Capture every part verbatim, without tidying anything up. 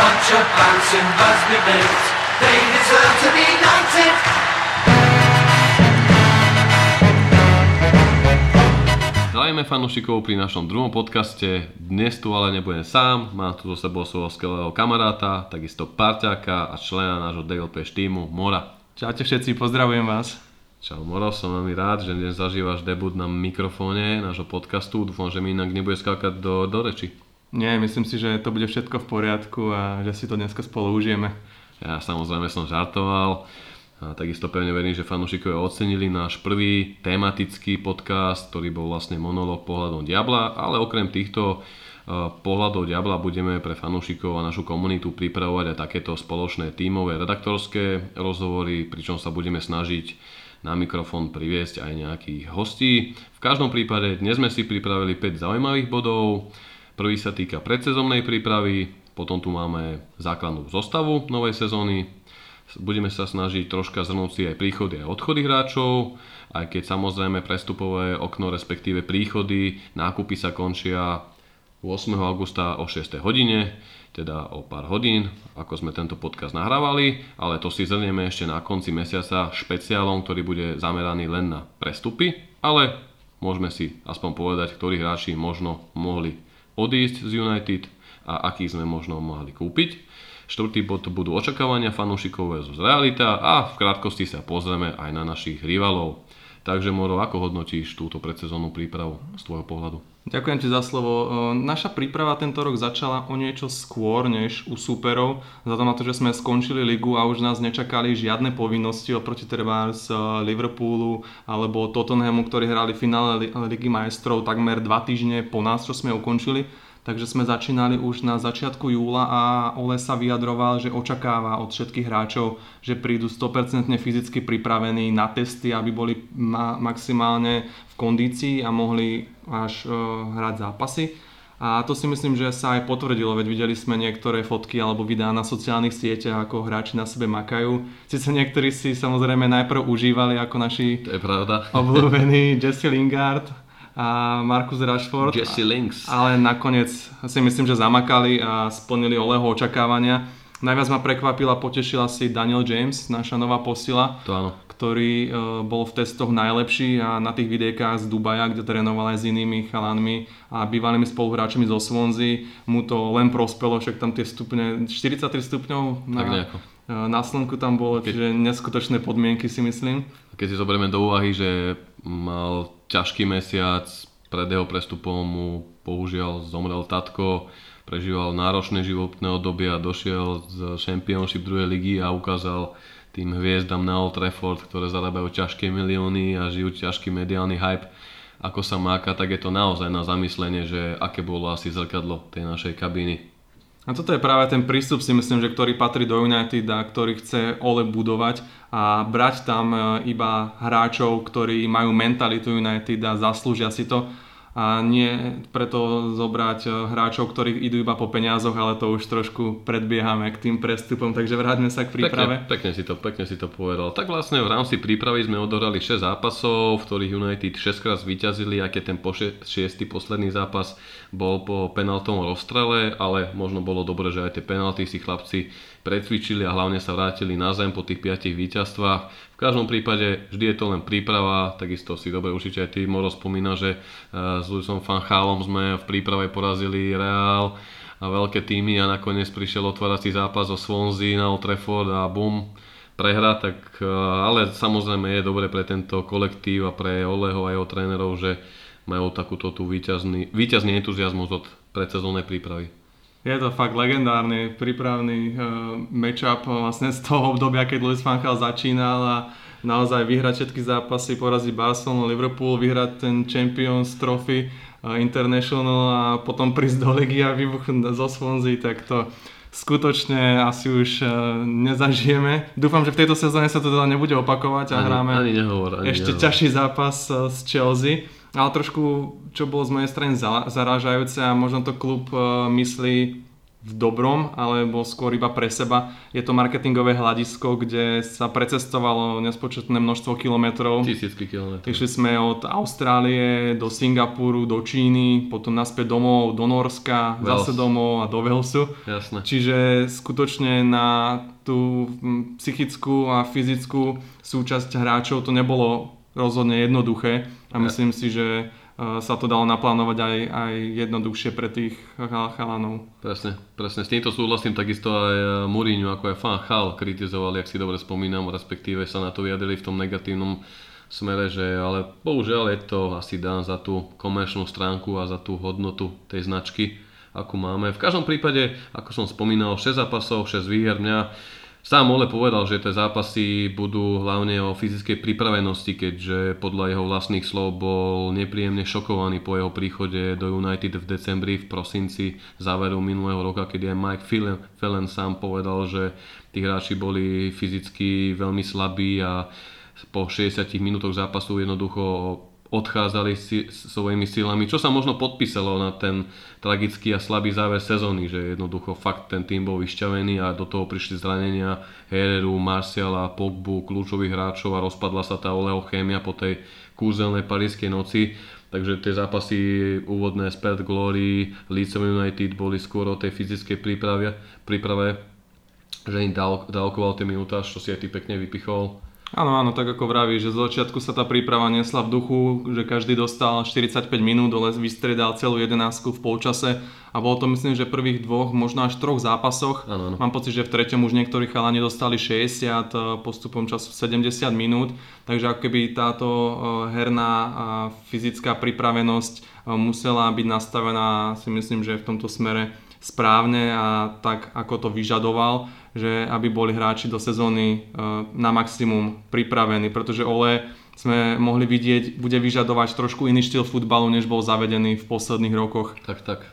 bunch of bouncing Busby Bills. They deserve to be knighted. Zdravíme fanúšikov pri našom druhom podcaste. Dnes tu ale nebudem sám, mám tu so sebou svojho skvelého kamaráta, takisto parťáka a člena nášho dé el pé týmu Mora. Čaute všetci, pozdravujem vás. Čau Moro, som veľmi rád, že dnes zažívaš debut na mikrofóne nášho podcastu. Dúfam, že mi inak nebude skákať do, do reči. Nie, myslím si, že to bude všetko v poriadku a že si to dneska spolu užijeme. Ja samozrejme som žartoval. A takisto pevne verím, že fanúšikovia ocenili náš prvý tematický podcast, ktorý bol vlastne monológ pohľadom diabla, ale okrem týchto pohľadov diabla budeme pre fanúšikov a našu komunitu pripravovať aj takéto spoločné tímové redaktorské rozhovory, pričom sa budeme snažiť na mikrofón priviesť aj nejakých hostí. V každom prípade dnes sme si pripravili päť zaujímavých bodov. Prvý sa týka predsezónnej prípravy, potom tu máme základnú zostavu novej sezóny. Budeme sa snažiť troška zhrnúť si aj príchody a odchody hráčov, aj keď samozrejme prestupové okno, respektíve príchody, nákupy sa končia ôsmeho augusta o šiestej hodine, teda o pár hodín, ako sme tento podcast nahrávali, ale to si zhrnieme ešte na konci mesiaca špeciálom, ktorý bude zameraný len na prestupy, ale môžeme si aspoň povedať, ktorí hráči možno mohli odísť z United a akých sme možno mohli kúpiť. Štvrtý bod budú očakávania fanúšikov versus realita a v krátkosti sa pozrieme aj na našich rivalov. Takže Moro, ako hodnotíš túto predsezónnu prípravu z tvojho pohľadu? Ďakujem ti za slovo. Naša príprava tento rok začala o niečo skôr než u súperov. Vzhľadom na to, že sme skončili ligu a už nás nečakali žiadne povinnosti oproti treba z Liverpoolu alebo Tottenhamu, ktorí hrali v finále Ligy majstrov takmer dva týždne po nás, čo sme ukončili. Takže sme začínali už na začiatku júla a Ole sa vyjadroval, že očakáva od všetkých hráčov, že prídu sto percent fyzicky pripravení na testy, aby boli ma- maximálne v kondícii a mohli až uh, hrať zápasy. A to si myslím, že sa aj potvrdilo, veď videli sme niektoré fotky alebo videá na sociálnych sieťach, ako hráči na sebe makajú. Sice niektorí si samozrejme najprv užívali ako naši to je pravda. obľúbení Jesse Lingard a Marcus Rashford, Jesse Links. ale nakoniec si myslím, že zamakali a splnili Oleho očakávania. Najviac ma prekvapila, potešila si Daniel James, naša nová posila, to áno. ktorý uh, bol v testoch najlepší a na tých videjkách z Dubaja, kde trénoval aj s inými chalanmi a bývalými spoluhráčmi zo Swansea, mu to len prospelo, však tam tie stupne, štyridsaťtri stupňov na, na slnku tam bolo, Keď... čiže neskutočné podmienky si myslím. Keď si zoberieme do úvahy, že mal ťažký mesiac, pred jeho prestupom mu bohužiaľ zomrel tatko, prežíval náročné životné obdobie a došiel z Championship druhej ligy a ukázal tým hviezdam na Old Trafford, ktoré zarábajú ťažké milióny a žijú ťažký mediálny hype, ako sa máka, tak je to naozaj na zamyslenie, že aké bolo asi zrkadlo tej našej kabíny. A toto je práve ten prístup, si myslím, že ktorý patrí do United a ktorý chce Ole budovať a brať tam iba hráčov, ktorí majú mentalitu United a zaslúžia si to. A nie preto zobrať hráčov, ktorí idú iba po peniazoch, ale to už trošku predbiehame k tým prestupom, takže vráťme sa k príprave. Pekne, pekne, si to, pekne si to povedal. Tak vlastne v rámci prípravy sme odohrali šesť zápasov, v ktorých United šesťkrát zvíťazili, aj keď ten po šiestý posledný zápas bol po penaltovom rozstrele, ale možno bolo dobre, že aj tie penalty si chlapci precvičili a hlavne sa vrátili na zem po tých piatich víťazstvách. V každom prípade vždy je to len príprava, takisto si dobre určite aj ty, Moro, spomína, že s Luisom van Gaalom sme v príprave porazili Real a veľké týmy a nakoniec prišiel otvárací zápas o Swansea na Old Trafford a bum, prehra, tak ale samozrejme je dobre pre tento kolektív a pre Oleho a jeho trénerov, že majú takúto tú víťazný, víťazný entuziazmus od predsezónnej prípravy. Je to fakt legendárny prípravný uh, matchup vlastne z toho obdobia, keď Luis van Gaal začínal a naozaj vyhrať všetky zápasy, poraziť Barcelonu, Liverpool, vyhrať ten Champions Trophy uh, International a potom prísť do ligy a vybuchnúť zo Swansea, tak to skutočne asi už uh, nezažijeme. Dúfam, že v tejto sezóne sa to teda nebude opakovať a ani, hráme ani nehovor, ani ešte nehovor. ťažší zápas uh, s Chelsea. Ale trošku, čo bolo z mojej strany zarážajúce a možno to klub uh, myslí v dobrom, alebo skôr iba pre seba. Je to marketingové hľadisko, kde sa precestovalo nespočetné množstvo kilometrov. Tisícky kilometrov. Išli sme od Austrálie do Singapuru, do Číny, potom naspäť domov, do Norska, Wales. zase domov a do Walesu. Jasné. Čiže skutočne na tú psychickú a fyzickú súčasť hráčov to nebolo rozhodne jednoduché a myslím si, že sa to dalo naplánovať aj, aj jednoduchšie pre tých chalanov. Presne, presne. S týmto súhlasím, takisto aj Mourinho, ako aj Van Gaal kritizovali, ak si dobre spomínam, respektíve sa na to vyjadrili v tom negatívnom smere, že ale bohužiaľ je to asi dán za tú komerčnú stránku a za tú hodnotu tej značky, akú máme. V každom prípade, ako som spomínal, šesť zápasov, šesť výher. Mňa sám Ole povedal, že tie zápasy budú hlavne o fyzickej pripravenosti, keďže podľa jeho vlastných slov bol nepríjemne šokovaný po jeho príchode do United v decembri, v prosinci záveru minulého roka, kedy aj Mike Phelan sám povedal, že tí hráči boli fyzicky veľmi slabí a po šesťdesiatich minútoch zápasu jednoducho odchádzali si, svojimi silami, čo sa možno podpísalo na ten tragický a slabý záver sezóny, že jednoducho fakt ten tým bol vyšťavený a do toho prišli zranenia Herreru, Martiala, Pogbu, kľúčových hráčov a rozpadla sa tá Oleho chémia po tej kúzelnej parískej noci. Takže tie zápasy úvodné z Perth Glory, Leeds United boli skôr o tej fyzickej príprave, príprave že im dal, dálkoval ten minutáž, čo si aj ty pekne vypichol. Áno, áno, tak ako vraví, že z začiatku sa tá príprava nesla v duchu, že každý dostal štyridsaťpäť minút, ale vystredal celú jedenásku v polčase a bolo to myslím, že prvých dvoch, možno až troch zápasoch. Áno, áno. Mám pocit, že v treťom už niektorí chalani dostali šesťdesiat, postupom času sedemdesiat minút, takže ako keby táto herná a fyzická pripravenosť musela byť nastavená, si myslím, že v tomto smere správne a tak, ako to vyžadoval, že aby boli hráči do sezóny na maximum pripravení, pretože Ole sme mohli vidieť, bude vyžadovať trošku iný štýl futbalu, než bol zavedený v posledných rokoch. Tak, tak.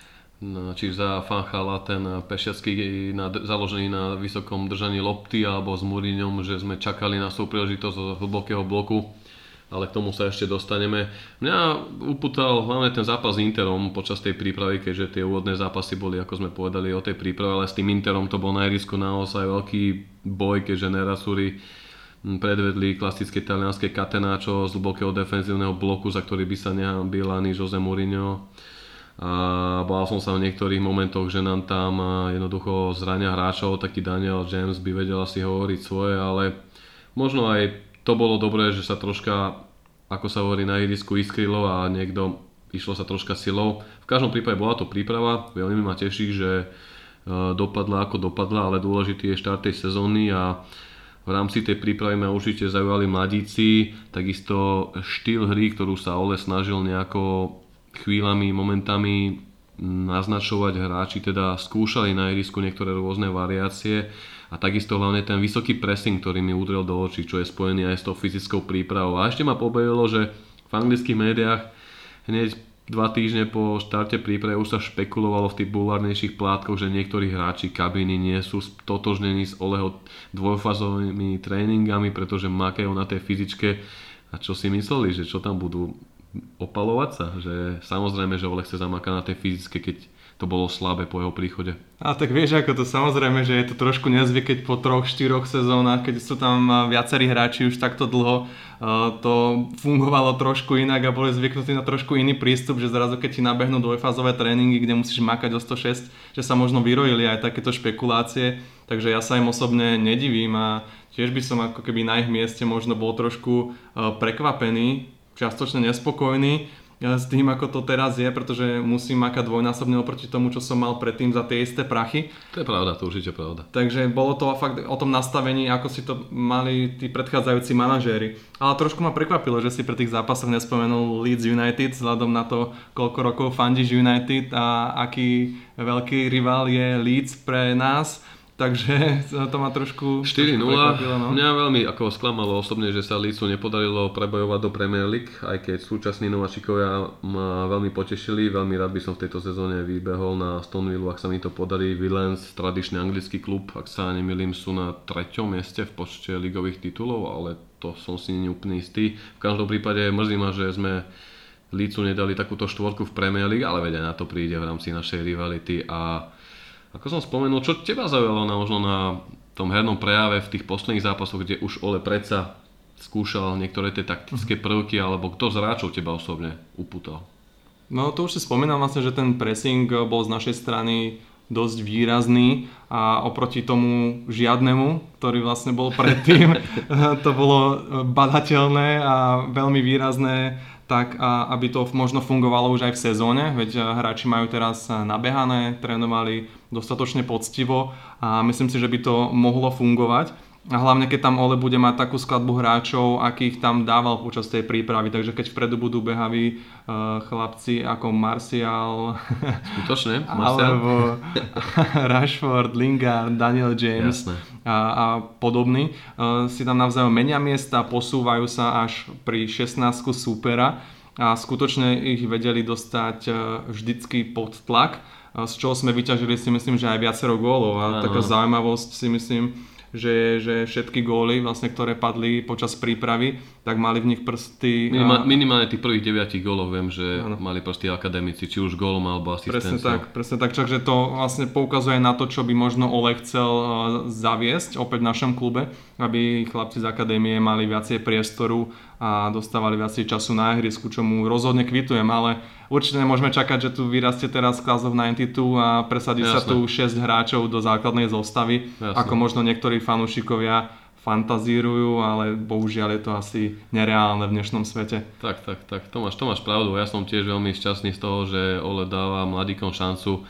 No, či za Van Gaala ten pešiacký na, založený na vysokom držaní lopty, alebo s Mourinhom, že sme čakali na svoju príležitosť z hlbokého bloku, ale k tomu sa ešte dostaneme. Mňa upútal hlavne ten zápas s Interom počas tej prípravy, keďže tie úvodné zápasy boli, ako sme povedali, o tej príprave, ale s tým Interom to bol na ihrisku naozaj veľký boj, keďže Nerazzurri predvedli klasické talianské catenaccio z hlbokého defenzívneho bloku, za ktorý by sa nehanbil ani Jose Mourinho. A bál som sa v niektorých momentoch, že nám tam jednoducho zrania hráčov, taký Daniel James by vedel asi hovoriť svoje, ale možno aj to bolo dobré, že sa troška, ako sa hovorí, na ihrisku iskrilo a niekto išlo sa troška silou. V každom prípade bola to príprava, veľmi ma teší, že dopadla ako dopadla, ale dôležitý je štart tej sezóny a v rámci tej prípravy ma určite zaujali mladíci, takisto štýl hry, ktorú sa Ole snažil nejako chvíľami, momentami naznačovať, hráči teda skúšali na ihrisku niektoré rôzne variácie a takisto hlavne ten vysoký pressing, ktorý mi udrel do očí, čo je spojený aj s tou fyzickou prípravou. A ešte ma pobavilo, že v anglických médiách hneď dva týždne po štarte prípravy už sa špekulovalo v tých bulvárnejších plátkoch, že niektorí hráči kabíny nie sú totožnení s Oleho dvojfázovými tréningami, pretože makajú na tej fyzičke. A čo si mysleli, že čo tam budú opalovať sa? Že samozrejme, že Ole chce zamakať na tej fyzické, keď to bolo slabé po jeho príchode. A tak vieš, ako to samozrejme, že je to trošku nezvyk, keď po troch, štyroch sezónach, keď sú tam viacerí hráči už takto dlho, to fungovalo trošku inak a boli zvyknutí na trošku iný prístup, že zrazu keď ti nabehnú dvojfázové tréningy, kde musíš makať o sto šesť, že sa možno vyrojili aj takéto špekulácie, takže ja sa im osobne nedivím a tiež by som ako keby na ich mieste možno bol trošku prekvapený, čiastočne nespokojný s tým, ako to teraz je, pretože musím makať dvojnásobne oproti tomu, čo som mal predtým za tie isté prachy. To je pravda, to určite pravda. Takže bolo to fakt o tom nastavení, ako si to mali tí predchádzajúci manažéri. Ale trošku ma prekvapilo, že si pre tých zápasoch nespomenul Leeds United, vzhľadom na to, koľko rokov fandíš United a aký veľký rival je Leeds pre nás. Takže to ma trošku štyri nula. No? Mňa veľmi ako sklamalo osobne, že sa Leedsu nepodarilo prebojovať do Premier League, aj keď súčasní nováčikovia ma veľmi potešili. Veľmi rád by som v tejto sezóne vybehol na Stoneville, ak sa mi to podarí. Villains, tradičný anglický klub, ak sa nemýlim, sú na treťom mieste v počte ligových titulov, ale to som si nie úplne istý. V každom prípade mrzí ma, že sme Leedsu nedali takúto štvorku v Premier League, ale veď aj na to príde v rámci našej rivality a Ako som spomenul, čo teba zaujalo na, možno na tom hernom prejave v tých posledných zápasoch, kde už Ole predsa skúšal niektoré tie taktické prvky, alebo kto z hráčov teba osobne upútal? No to už si spomínal vlastne, že ten pressing bol z našej strany dosť výrazný a oproti tomu žiadnemu, ktorý vlastne bol predtým, to bolo badateľné a veľmi výrazné, tak a aby to možno fungovalo už aj v sezóne, veď hráči majú teraz nabehané, trénovali dostatočne poctivo a myslím si, že by to mohlo fungovať. A hlavne keď tam Ole bude mať takú skladbu hráčov, akých tam dával počas tej prípravy, takže keď vpredu budú behaví uh, chlapci ako Martial, skutočne, Martial. Alebo Rashford, Lingard, Daniel James a, a podobní, uh, si tam navzájom menia miesta, posúvajú sa až pri šestnástku súpera a skutočne ich vedeli dostať uh, vždycky pod tlak, uh, z čoho sme vyťažili si myslím, že aj viacero gólov a ano. Taká zaujímavosť si myslím, Že, že všetky góly, vlastne, ktoré padli počas prípravy, tak mali v nich prsty... Minima, minimálne tých prvých deviatich gólov viem, že ano. Mali prsty akademici, či už gólom alebo asistenciou. Presne tak, presne tak, takže to vlastne poukazuje na to, čo by možno Ole chcel zaviesť opäť v našom klube, aby chlapci z akadémie mali viacej priestoru a dostávali viacej času na ihrisku, čo mu rozhodne kvitujem, ale určite nemôžeme čakať, že tu vyrastie teraz Class of deväťdesiatdva a presadí Jasne. Sa tu šesť hráčov do základnej zostavy, Jasne. Ako možno niektorí fanúšikovia fantazírujú, ale bohužiaľ je to asi nereálne v dnešnom svete. Tak, tak, tak, to máš, to máš pravdu. Ja som tiež veľmi šťastný z toho, že Ole dáva mladíkom šancu.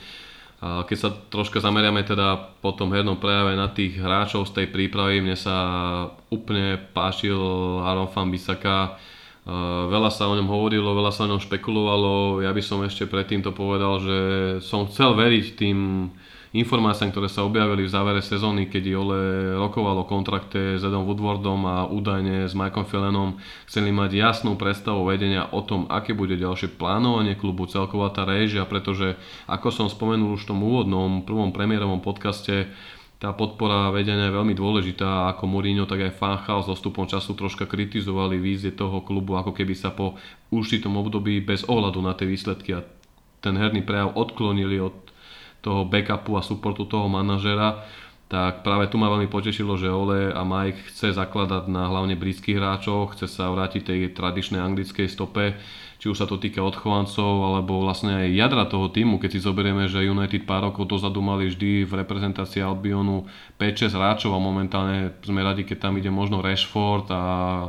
A keď sa troška zameriame teda po tom hernom prejave na tých hráčov z tej prípravy, mne sa úplne páčil Aaron Wan-Bissaka. Veľa sa o ňom hovorilo, veľa sa o ňom špekulovalo. Ja by som ešte predtým to povedal, že som chcel veriť tým informáciám, ktoré sa objavili v závere sezóny, keď Ole rokoval o kontrakte s Edom Woodwardom a údajne s Mikeom Phelan chceli mať jasnú predstavu vedenia o tom, aké bude ďalšie plánovanie klubu, celková tá réžia, pretože ako som spomenul už v tom úvodnom prvom premiérovom podcaste, tá podpora vedenia je veľmi dôležitá. Ako Mourinho, tak aj Van Gaal s odstupom času troška kritizovali vízie toho klubu, ako keby sa po určitom období bez ohľadu na tie výsledky a ten herný prejav odklonili od toho backupu a supportu toho manažera, tak práve tu ma veľmi potešilo, že Ole a Mike chce zakladať na hlavne britských hráčov, chce sa vrátiť tej tradičnej anglickej stope, či už sa to týka odchovancov, alebo vlastne aj jadra toho týmu, keď si zoberieme, že United pár rokov dozadu mali vždy v reprezentácii Albionu päť šesť hráčov a momentálne sme radi, keď tam ide možno Rashford a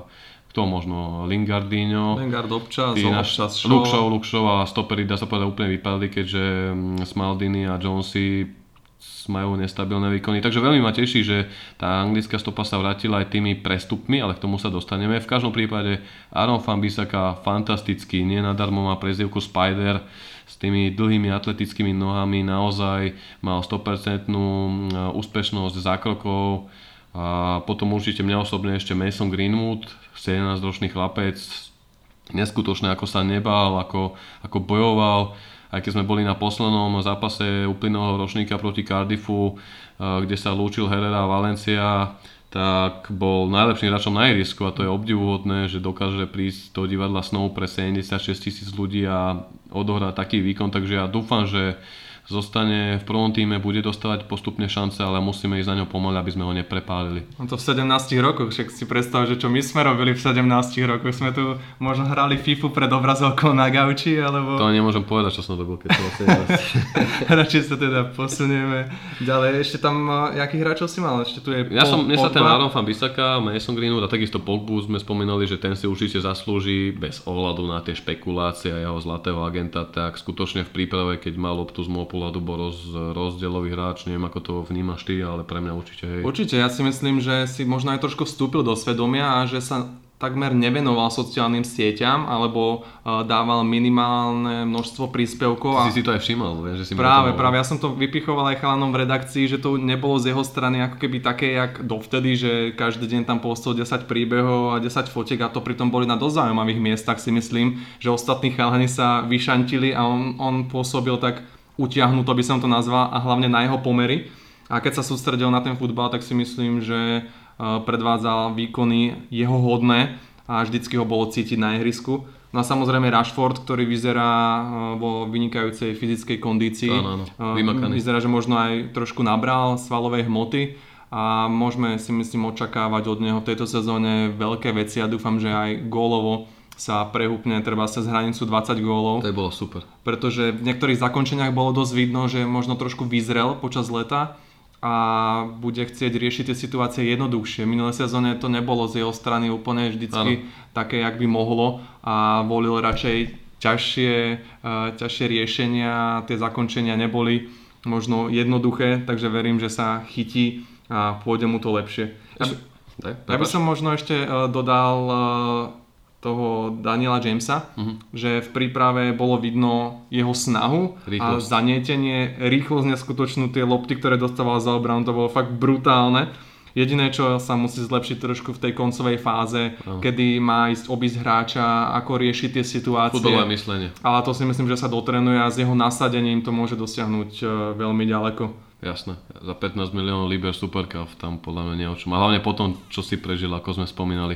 kto možno Lingardinho, Lingard občas, občas Shaw. Luke Shaw, Luke Shaw a stopery dá sa povedať úplne vypadli, keďže Smaldini a Jonesy majú nestabilné výkony. Takže veľmi ma teší, že tá anglická stopa sa vrátila aj tými prestupmi, ale k tomu sa dostaneme. V každom prípade Aaron Wan-Bissaka fantastický, nenadarmo má prezývku Spider, s tými dlhými atletickými nohami naozaj mal sto percent úspešnosť zákrokov. A potom určite mňa osobne ešte Mason Greenwood, sedemnásťročný chlapec, neskutočné, ako sa nebál, ako, ako bojoval. Aj keď sme boli na poslednom zápase uplynulého ročníka proti Cardiffu, kde sa lúčil Herrera a Valencia, tak bol najlepším hráčom na ihrisku a to je obdivuhodné, že dokáže prísť do divadla snov pre sedemdesiatšesť tisíc ľudí a odohrať taký výkon, takže ja dúfam, že zostane v prvom týme, bude dostávať postupne šance, ale musíme ísť na ňo pomaly, aby sme ho neprepálili. No to v sedemnástich rokoch, však si predstav, že čo my sme robili v sedemnástich rokoch, sme tu možno hrali FIFU pred obrazovkou na gauči, alebo... To nemôžem povedať, čo som robil, keď som sedemnásť. Radšej sa teda posunieme ďalej. Ešte tam, jakých hráčov si mal? Ešte tu je Ja som, mne sa ten Aaron Wan-Bissaka, Mason Greenwood a takisto Pogbu sme spomínali, že ten si určite zaslúži bez ohľadu na tie špekulácie a jeho zlatého agenta, tak skutočne v príprave, keď mal loptu z môjho pohľadu bol roz, rozdeľový hráč, neviem ako to vnímaš ty, ale pre mňa určite hej. Určite, ja si myslím, že si možno aj trošku vstúpil do svedomia a že sa takmer nevenoval sociálnym sieťam alebo uh, dával minimálne množstvo príspevkov. Ty a... si si to aj všimol, viem, že si Práve, práve, ja som to vypichoval aj chalanom v redakcii, že to nebolo z jeho strany ako keby také, jak dovtedy, že každý deň tam postol desať príbehov a desať fotiek a to pritom boli na dosť zaujímavých miestach, si myslím, že ostatní chalani sa vyšantili a on, on pôsobil tak utiahnuto, by som to nazval, a hlavne na jeho pomery. A keď sa sústredil na ten futbal, tak si myslím, že predvádzal výkony jeho hodné a a vždycky ho bolo cítiť na ihrisku. No a samozrejme Rashford, ktorý vyzerá vo vynikajúcej fyzickej kondícii. Áno, áno, vymakaný. Vyzerá, že možno aj trošku nabral svalovej hmoty a môžeme si myslím očakávať od neho v tejto sezóne veľké veci a dúfam, že aj gólovo sa prehúpne treba cez hranicu dvadsať gólov. To je bolo super. Pretože v niektorých zakončeniach bolo dosť vidno, že možno trošku vyzrel počas leta a bude chcieť riešiť tie situácie jednoduchšie. Minulé sezóne to nebolo z jeho strany úplne vždycky ano. také, jak by mohlo a volil radšej ťažšie, uh, ťažšie riešenia, tie zakončenia neboli možno jednoduché, takže verím, že sa chytí a pôjde mu to lepšie. Ja, ja by som možno ešte uh, dodal uh, toho Daniela Jamesa, uh-huh. že v príprave bolo vidno jeho snahu rýchlosť. A zanietenie, rýchlosť neskutočnú, tie lopty, ktoré dostával za obranu, to bolo fakt brutálne. Jediné, čo sa musí zlepšiť trošku v tej koncovej fáze, uh-huh. kedy má ísť obísť hráča, ako riešiť tie situácie. Futbalové myslenie. Ale to si myslím, že sa dotrenuje a s jeho nasadením to môže dosiahnuť uh, veľmi ďaleko. Jasné, za pätnásť miliónov liber Supercup tam podľa mňa nie o čom. A hlavne potom, čo si prežil, ako sme spomínali.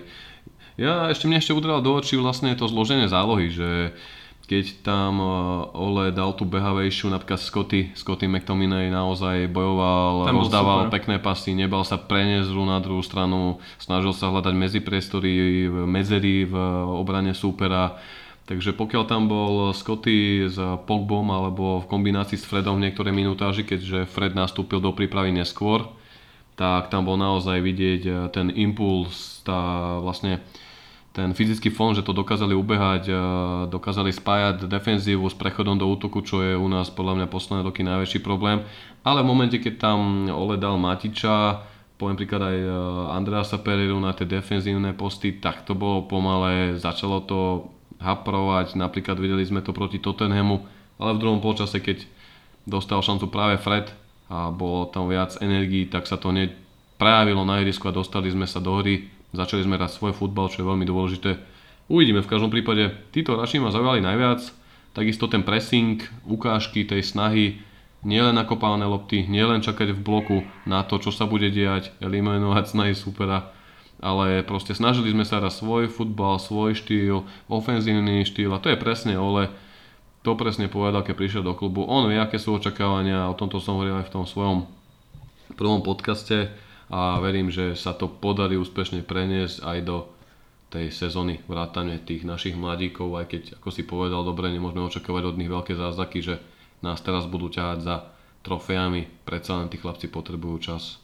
Ja ešte mne ešte udrel do očí vlastne to zloženie zálohy, že keď tam Ole dal tú behavejšiu, napríklad Scotty, Scotty McTominay naozaj bojoval, rozdával super. Pekné pasy, nebal sa preniesť na druhú stranu, snažil sa hľadať medzipriestory, medzery v obrane súpera. Takže pokiaľ tam bol Scotty s Pogbom alebo v kombinácii s Fredom v niektorej minutáži, keďže Fred nastúpil do prípravy neskôr, tak tam bol naozaj vidieť ten impuls, tá vlastne ten fyzický fond, že to dokázali ubehať, dokázali spájať defenzívu s prechodom do útoku, čo je u nás podľa mňa posledné roky najväčší problém. Ale v momente, keď tam Ole dal Matiča, poviem príklad aj Andreasa Pereiru na tie defenzívne posty, tak to bolo pomalé, začalo to haprovať, napríklad videli sme to proti Tottenhamu, ale v druhom polčase, keď dostal šancu práve Fred a bolo tam viac energií, tak sa to hneď prejavilo na ihrisku a dostali sme sa do hry. Začali sme hrať svoj futbal, čo je veľmi dôležité. Uvidíme, v každom prípade, títo hráči ma zaujali najviac. Takisto ten pressing, ukážky tej snahy, nielen nakopávané lopty, nielen čakať v bloku na to, čo sa bude diať, eliminovať snahy supera, ale proste snažili sme sa hrať svoj futbal, svoj štýl, ofenzívny štýl a to je presne Ole. To presne povedal, keď prišiel do klubu. On vie, aké sú očakávania, o tomto som hovoril aj v tom svojom prvom podcaste. A verím, že sa to podarí úspešne preniesť aj do tej sezóny vrátane tých našich mladíkov, aj keď, ako si povedal, dobre, nemôžeme očakávať od nich veľké zázraky, že nás teraz budú ťahať za trofejami, predsa len tí chlapci potrebujú čas.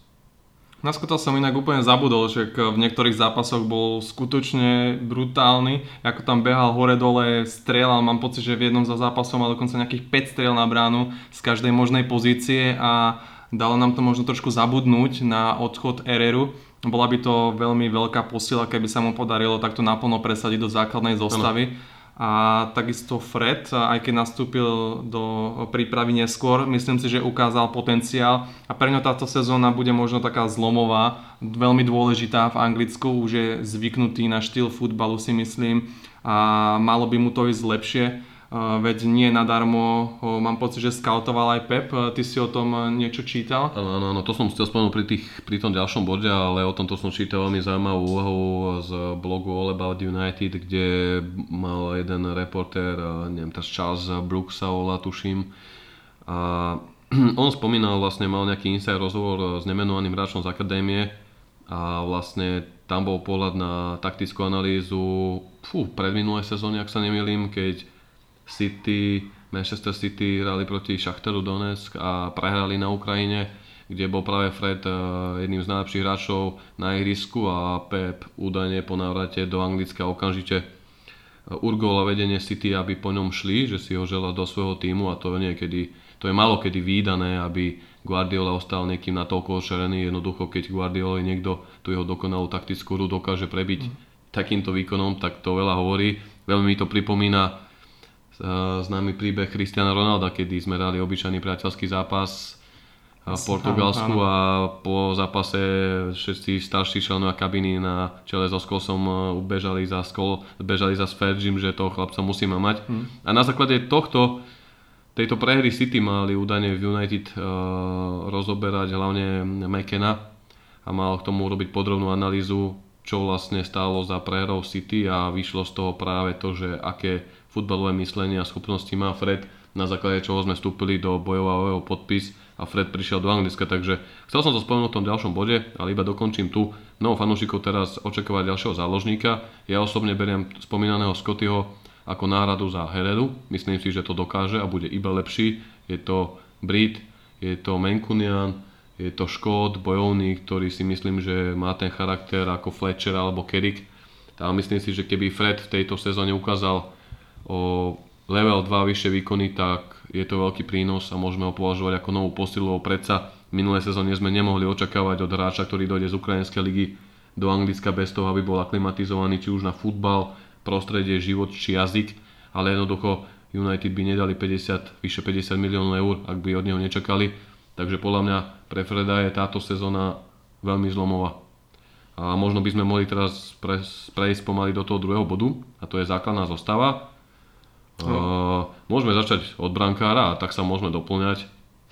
Na Scotta som inak úplne zabudol, že v niektorých zápasoch bol skutočne brutálny, ako tam behal hore-dole, strieľal, mám pocit, že v jednom za zápasom mal dokonca nejakých päť striel na bránu z každej možnej pozície a dalo nám to možno trošku zabudnúť na odchod Herreru. Bola by to veľmi veľká posila, keby sa mu podarilo takto naplno presadiť do základnej zostavy. Ano. A takisto Fred, aj keď nastúpil do prípravy neskôr, myslím si, že ukázal potenciál a pre ňo táto sezóna bude možno taká zlomová, veľmi dôležitá v Anglicku, už je zvyknutý na štýl futbalu, si myslím, a malo by mu to ísť lepšie. Uh, veď nie nadarmo, uh, mám pocit, že skautoval aj Pep, uh, ty si o tom uh, niečo čítal? Áno, áno, to som chcel spomenúť pri, tých, pri tom ďalšom bode, ale o tomto som čítal veľmi zaujímavú úvahu z blogu All About United, kde mal jeden reportér, uh, neviem, teraz Charles Brooks sa volá, tuším, a on spomínal, vlastne mal nejaký inside rozhovor s nemenovaným hráčom z akadémie a vlastne tam bol pohľad na taktickú analýzu fú, pred minulej sezóne, ak sa nemýlim, keď City, Manchester City hrali proti Šachtaru Donetsk a prehrali na Ukrajine, kde bol práve Fred jedným z najlepších hráčov na ihrisku a Pep údajne po návrate do Anglicka okamžite urgol a vedenie City, aby po ňom šli, že si ho želal do svojho tímu a to je niekedy, to je málo kedy vídané, aby Guardiola ostal niekým natoľko očarený. Jednoducho, keď Guardiola niekto tú jeho dokonalú taktickú hru dokáže prebiť mm. takýmto výkonom, tak to veľa hovorí. Veľmi mi to pripomína známy príbeh Cristiana Ronalda, kedy sme dali obyčajný priateľský zápas v Portugalsku áno, áno. a po zápase všetci starší členovia kabiny na čele so Scholesom bežali za Scholes, bežali za Fergim, že toho chlapca musíme mať. Hmm. A na základe tohto, tejto prehry City mali údajne v United uh, rozoberať hlavne McKenna a mal k tomu urobiť podrobnú analýzu čo vlastne stálo za prehrou City a vyšlo z toho práve to, že aké futbalové myslenie a schopnosti má Fred, na základe čoho sme vstúpili do bojového podpis a Fred prišiel do Anglicka, takže chcel som to spomenúť v tom ďalšom bode, ale iba dokončím tu. Mnoho fanúšikov teraz očakávať ďalšieho záložníka. Ja osobne beriem spomínaného Scottyho ako náhradu za Heredu. Myslím si, že to dokáže a bude iba lepší. Je to Brit, je to Mancunian, je to Škót, bojovník, ktorý si myslím, že má ten charakter ako Fletcher alebo Carrick. A myslím si, že keby Fred v tejto sezóne ukázal o level dva vyššie výkony, tak je to veľký prínos a môžeme ho považovať ako novú posilu. Predsa v minulej sezóne sme nemohli očakávať od hráča, ktorý dojde z ukrajinskej ligy do Anglicka bez toho, aby bol aklimatizovaný či už na futbal, prostredie, život či jazyk, ale jednoducho United by nedali päťdesiat, vyše päťdesiat miliónov eur, ak by od neho nečakali. Takže podľa mňa pre Freda je táto sezóna veľmi zlomová. A možno by sme mohli teraz pre, prejsť pomaly do toho druhého bodu, a to je základná zostava. No. Uh, môžeme začať od brankára a tak sa môžeme doplňať,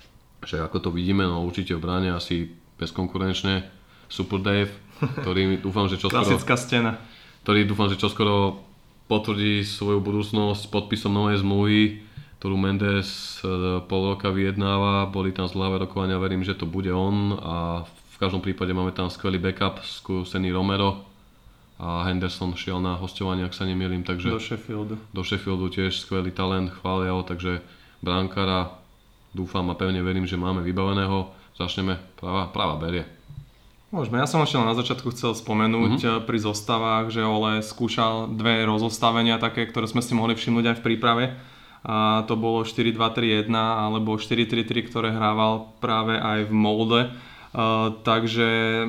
že ako to vidíme, no určite v bráne asi bezkonkurenčne Super Dave, ktorý dúfam, že čoskoro... Klasická stena. Ktorý dúfam, že čoskoro potvrdí svoju budúcnosť s podpisom novej zmluvy, ktorú Mendes pol roka vyjednáva, boli tam zlhavé rokovania, verím, že to bude on a v každom prípade máme tam skvelý backup, skúsený Romero a Henderson šiel na hosťovanie, ak sa nemýlim, takže do Sheffieldu. Do Sheffieldu tiež skvelý talent, chvália ho, takže brankára dúfam a pevne verím, že máme vybaveného. Začneme, práva, práva berie. Môžeme, ja som ešte na začiatku chcel spomenúť mm-hmm. pri zostavách, že Ole skúšal dve rozostavenia také, ktoré sme si mohli všimnúť aj v príprave. A to bolo štyri dva tri jeden alebo štyri tri tri, ktoré hrával práve aj v Molde. Uh, takže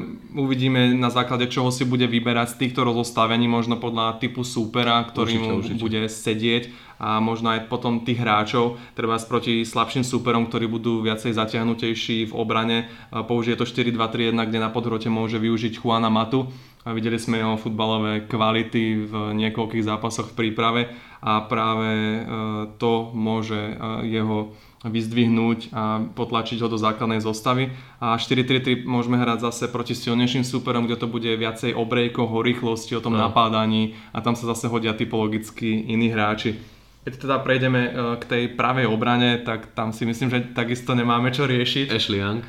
uvidíme na základe čoho si bude vyberať z týchto rozostavení, možno podľa typu súpera, ktorý určite, mu určite. bude sedieť a možno aj potom tých hráčov, treba proti slabším súperom, ktorí budú viacej zatiahnutejší v obrane. Uh, použije to štyri dva tri jeden, kde na podhrote môže využiť Juana Matu. A videli sme jeho futbalové kvality v niekoľkých zápasoch v príprave a práve uh, to môže uh, jeho vyzdvihnúť a potlačiť ho do základnej zostavy. A štyri tri tri môžeme hrať zase proti silnejším súperom, kde to bude viacej o brejkoch, o rýchlosti, o tom no. napádaní a tam sa zase hodia typologicky iní hráči. Keď teda prejdeme k tej pravej obrane, tak tam si myslím, že takisto nemáme čo riešiť. Ashley Young.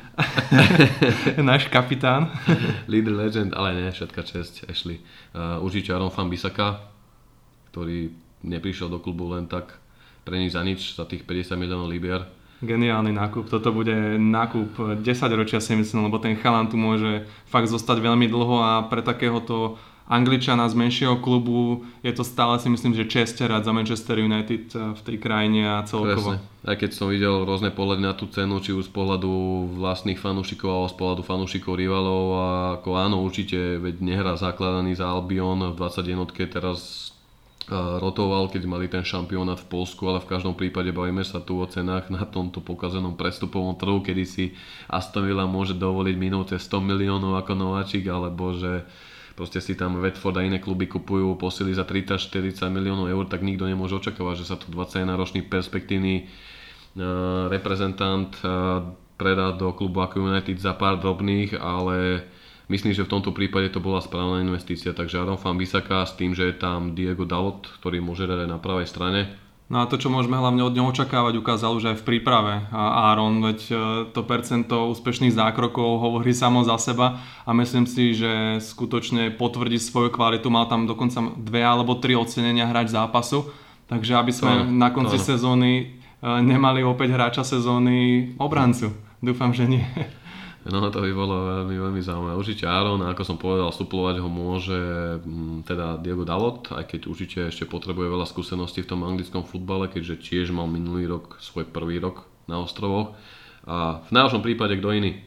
Náš kapitán. Leader legend, ale nie, všetka česť Ashley. Uh, určite Aaron Wan-Bissaka, ktorý neprišiel do klubu len tak pre nič za nič, za tých päťdesiat miliónov libier. Geniálny nákup, toto bude nákup desaťročia si myslím, lebo ten chalan tu môže fakt zostať veľmi dlho a pre takéhoto Angličana z menšieho klubu je to stále si myslím, že česť hrať za Manchester United v tej krajine a celkovo. Presne. Aj keď som videl rôzne pohľady na tú cenu, či už z pohľadu vlastných fanúšikov alebo z pohľadu fanúšikov rivalov, a ako áno, určite, veď nehrá zakladaný za Albion v dvadsaťjednotke, teraz rotoval, keď mali ten šampionát v Poľsku, ale v každom prípade bavíme sa tu o cenách na tomto pokazenom prestupovom trhu, kedy si Aston Villa môže dovoliť minúte sto miliónov ako nováčik, alebo že proste si tam Watford a iné kluby kupujú posily za tridsať štyridsať miliónov eur, tak nikto nemôže očakávať, že sa tu dvadsaťjedenročný perspektívny uh, reprezentant uh, predá do klubu ako United za pár drobných, ale myslím, že v tomto prípade to bola správna investícia, takže Aaron Wan-Bissaka s tým, že je tam Diego Dalot, ktorý môže dať na pravej strane. No a to, čo môžeme hlavne od neho očakávať, ukázal už aj v príprave. A Aaron, veď to percento úspešných zákrokov hovorí samo za seba a myslím si, že skutočne potvrdí svoju kvalitu. Mal tam dokonca dve alebo tri ocenenia hráč zápasu, takže aby sme to, na konci to, sezóny nemali opäť hráča sezóny obrancu. Dúfam, že nie. No to by bolo veľmi, veľmi zaujímavé. Určite Aaron, ako som povedal, suplovať ho môže teda Diego Dalot, aj keď určite ešte potrebuje veľa skúseností v tom anglickom futbale, keďže tiež mal minulý rok svoj prvý rok na ostrovoch. A v najhoršom prípade kto iný?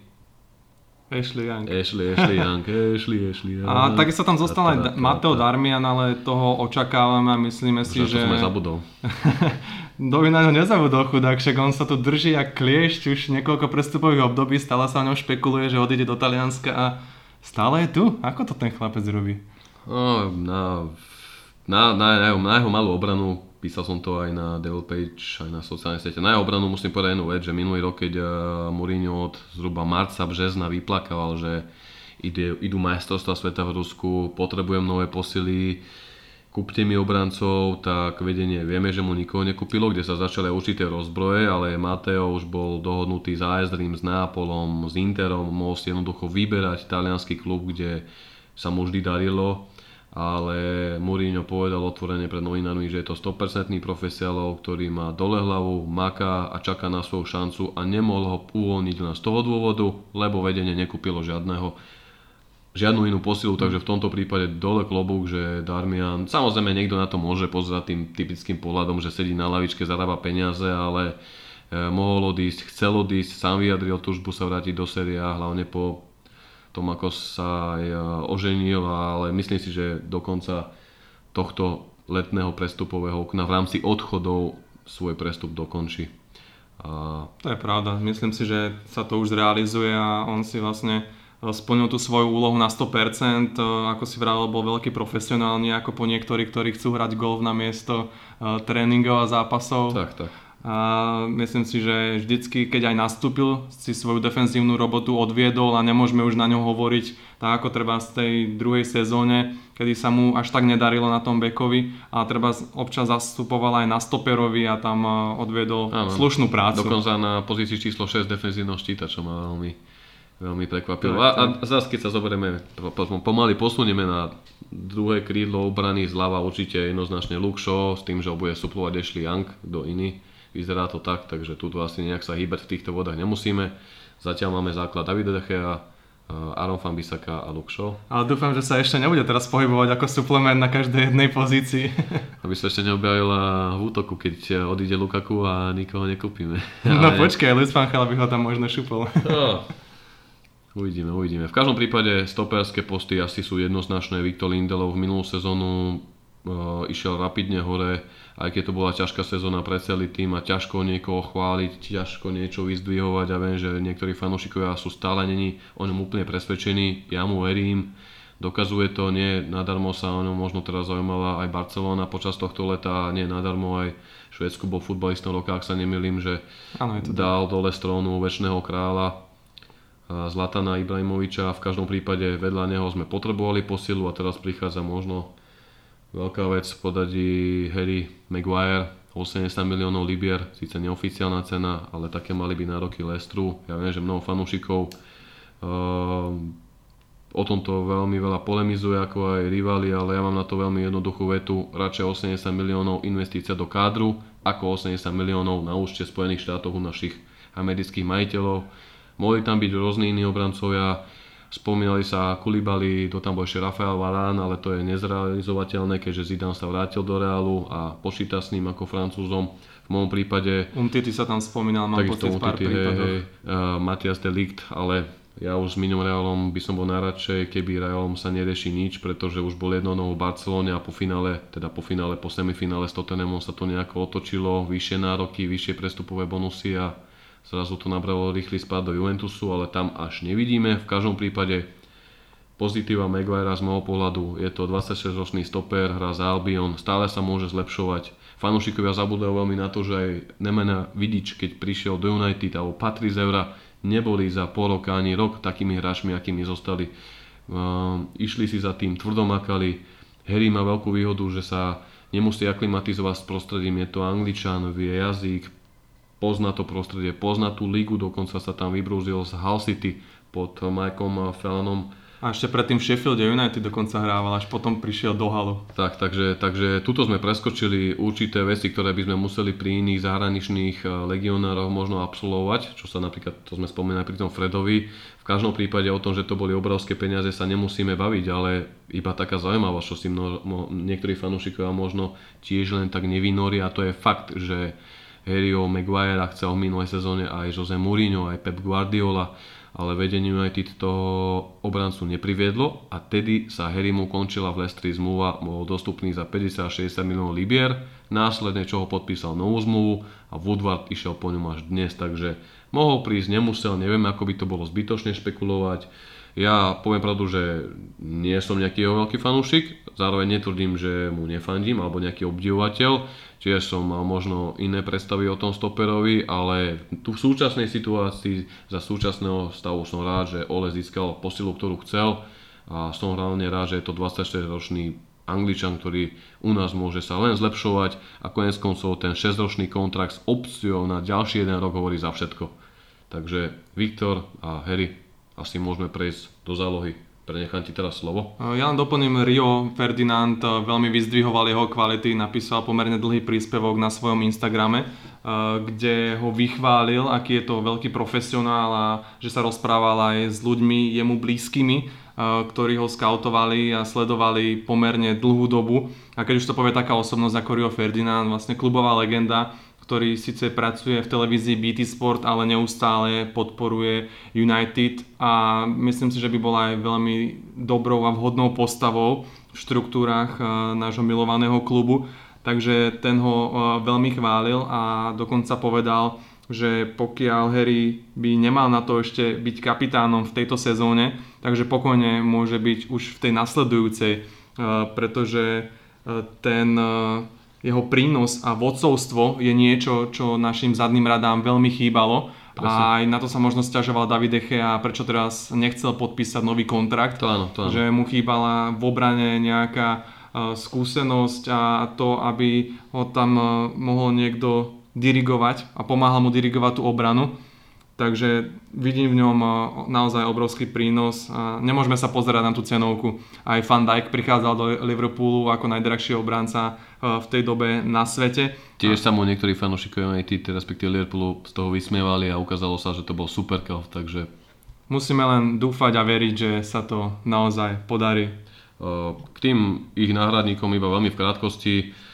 Ashley Young. Ashley, Ashley Young, Ashley, Ashley Young. A takisto tam zostal aj Matteo Darmian, ale toho očakávame a myslíme si, že... Že som aj zabudol. Dovi na ňo nezabudol chudák, však on sa tu drží jak kliešť už niekoľko prestupových období, stále sa o ňom špekuluje, že odíde do Talianska a stále je tu. Ako to ten chlapec robí? No, na, na, na, na, jeho, na jeho malú obranu, písal som to aj na Devil Page, aj na sociálnej siete. Na jeho obranu musím povedať jednu vec, že minulý rok, keď Mourinho od zhruba marca, března vyplakával, že ide, idú majstrovstvá sveta v Rusku, potrebujem nové posily, kúpte mi obrancov, tak vedenie vieme, že mu nikoho nekúpilo, kde sa začali určité rozbroje, ale Mateo už bol dohodnutý s á es Rím, s Neapolom, s Interom, mohol si jednoducho vyberať taliansky klub, kde sa mu vždy darilo, ale Mourinho povedal otvorene pred novinármi, že je to sto percent profesionál, ktorý má dole hlavu, maká a čaká na svoju šancu a nemohol ho uvoľniť len z toho dôvodu, lebo vedenie nekúpilo žiadneho žiadnu inú posilu, takže v tomto prípade dole klobúk, že Darmian, samozrejme niekto na to môže pozerať tým typickým pohľadom, že sedí na lavičke, zarába peniaze, ale e, mohol odísť, chcel odísť, sám vyjadril túžbu sa vrátiť do série A, hlavne po tom, ako sa aj e, oženil, ale myslím si, že do konca tohto letného prestupového okna v rámci odchodov svoj prestup dokončí. A... To je pravda, myslím si, že sa to už zrealizuje a on si vlastne splnil tú svoju úlohu na sto percent, ako si vravel, bol veľký profesionálny, ako po niektorí, ktorí chcú hrať golf na miesto tréningov a zápasov. Tak, tak. A myslím si, že vždycky, keď aj nastúpil, si svoju defenzívnu robotu odviedol a nemôžeme už na ňo hovoriť tak ako treba z tej druhej sezóne, kedy sa mu až tak nedarilo na tom bekovi a treba občas zastupoval aj na stoperovi a tam odviedol Áno, slušnú prácu. Dokonca na pozícii číslo šesť defenzívneho štíta, čo ma veľmi Veľmi prekvapilo. A, a zase keď sa zoberieme, pomaly posunieme na druhé krídlo obrany zľava určite jednoznačne Luke Shaw s tým, že ho bude suplovať Ashley Young do iný. Vyzerá to tak, takže tu asi nejak sa hýbať v týchto vodách nemusíme. Zatiaľ máme základ Davida De Gea, Aaron Wan-Bissaka a Luke Shaw. Ale dúfam, že sa ešte nebude teraz pohybovať ako suplement na každej jednej pozícii. Aby sa ešte neobjavila v útoku, keď odíde Lukaku a nikoho nekúpime. No Ale... počkaj, Luis van Gaal by ho tam možno šupol. Oh. Uvidíme, uvidíme. V každom prípade stoperské posty asi sú jednoznačné. Victor Lindelof v minulú sezónu e, išiel rapidne hore, aj keď to bola ťažká sezóna pre celý tým a ťažko niekoho chváliť, ťažko niečo vyzdvihovať. Ja viem, že niektorí fanúšikovia sú stále není o ňom úplne presvedčení. Ja mu verím. Dokazuje to, nie nadarmo sa o ňom možno teraz zaujímala aj Barcelona počas tohto leta, nie nadarmo aj Švédsku bol futbalistom roka, ak sa nemýlim, že ano, dal dole z trónu večného kráľa Zlatana Ibrahimoviča. V každom prípade vedľa neho sme potrebovali posilu a teraz prichádza možno veľká vec v podaní Harry Maguire, osemdesiat miliónov libier, síce neoficiálna cena, ale také mali by nároky Leicesteru. Ja viem, že mnoho fanúšikov uh, o tomto veľmi veľa polemizuje, ako aj rivali, ale ja mám na to veľmi jednoduchú vetu. Radšej osemdesiat miliónov investícia do kádru, ako osemdesiat miliónov na účte Spojených štátov u našich amerických majiteľov. Mohli tam byť rôzni iní obrancovia, spomínali sa Koulibaly, to tam bol ešte Rafael Varane, ale to je nezrealizovateľné, keďže Zidane sa vrátil do Realu a počíta s ním ako Francúzom. V môjom prípade... Umtiti sa tam spomínal, mám pocit v pár prípadoch. Uh, Matthias de Ligt, ale ja už s Miňom Realom by som bol najradšej, keby Realom sa nerieši nič, pretože už bol jednou v Barcelone a po finále, teda po finále, po semifinále s Tottenhamom sa to nejako otočilo, vyššie nároky, vyššie prestupové bonusy a zrazu to nabralo rýchly spád do Juventusu, ale tam až nevidíme. V každom prípade pozitíva Maguirea z môjho pohľadu, je to dvadsaťšesťročný stoper, hrá za Albion, stále sa môže zlepšovať. Fanúšikovia zabúdajú veľmi na to, že aj Nemanja Vidic, keď prišiel do United alebo Patrice Evra, neboli za pol roka ani rok takými hráčmi, akými zostali. Um, išli si za tým, tvrdo makali. Harry má veľkú výhodu, že sa nemusí aklimatizovať s prostredím, je to Angličan, vie jazyk, pozná to prostredie, pozná tú ligu, dokonca sa tam vybrúzil z Hull City pod Mikeom Fellanom. A ešte predtým v Sheffielde United dokonca hrával, až potom prišiel do Hallu. Tak, takže, takže tuto sme preskočili určité veci, ktoré by sme museli pri iných zahraničných legionároch možno absolvovať, čo sa napríklad, to sme spomínali pri tom Fredovi. V každom prípade o tom, že to boli obrovské peniaze, sa nemusíme baviť, ale iba taká zaujímavosť, čo si mno, mo, niektorí fanúšikovia možno tiež len tak nevynoria, a to je fakt, že Harryho Maguirea chcel v minulej sezóne aj Jose Mourinho, aj Pep Guardiola, ale vedenie United toho obrancu nepriviedlo a tedy sa Harrymu končila v Leicesteri zmluva, bol dostupný za päťdesiat až šesťdesiat miliónov libier, následne čoho podpísal novú zmluvu a Woodward išiel po ňom až dnes, takže mohol prísť, nemusel, neviem, ako by to bolo zbytočne špekulovať. Ja poviem pravdu, že nie som nejaký jeho veľký fanúšik, zároveň netvrdím, že mu nefandím alebo nejaký obdivovateľ, tiež som mal možno iné predstavy o tom stoperovi, ale tu v súčasnej situácii za súčasného stavu som rád, že Ole získal posilu, ktorú chcel a som hlavne rád, že je to dvadsaťštyriročný Angličan, ktorý u nás môže sa len zlepšovať a konec koncov ten šesťročný kontrakt s opciou na ďalší jeden rok hovorí za všetko. Takže Viktor a Harry, asi môžeme prejsť do zálohy. Prenechám ti teraz slovo. Ja len doplním, Rio Ferdinand veľmi vyzdvihoval jeho kvality, napísal pomerne dlhý príspevok na svojom Instagrame, kde ho vychválil, aký je to veľký profesionál a že sa rozprával aj s ľuďmi jemu blízkymi, ktorí ho skautovali a sledovali pomerne dlhú dobu. A keď už to povie taká osobnosť ako Rio Ferdinand, vlastne klubová legenda, ktorý síce pracuje v televízii bé té Sport, ale neustále podporuje United a myslím si, že by bola aj veľmi dobrou a vhodnou postavou v štruktúrach nášho milovaného klubu. Takže ten ho veľmi chválil a dokonca povedal, že pokiaľ Harry by nemal na to ešte byť kapitánom v tejto sezóne, takže pokojne môže byť už v tej nasledujúcej, pretože ten jeho prínos a vodcovstvo je niečo, čo našim zadným radám veľmi chýbalo. Presne. A aj na to sa možno sťažoval David De Gea, prečo teraz nechcel podpísať nový kontrakt. To áno, to áno. Že mu chýbala v obrane nejaká uh, skúsenosť a to, aby ho tam uh, mohol niekto dirigovať a pomáhal mu dirigovať tú obranu. Takže vidím v ňom naozaj obrovský prínos. Nemôžeme sa pozerať na tú cenovku. Aj Van Dijk prichádzal do Liverpoolu ako najdrahší obranca v tej dobe na svete. Tiež sa mu niektorí fanúšikovia United, respektíve Liverpoolu, z toho vysmievali a ukázalo sa, že to bol super kauf, takže... Musíme len dúfať a veriť, že sa to naozaj podarí. K tým ich náhradníkom iba veľmi v krátkosti.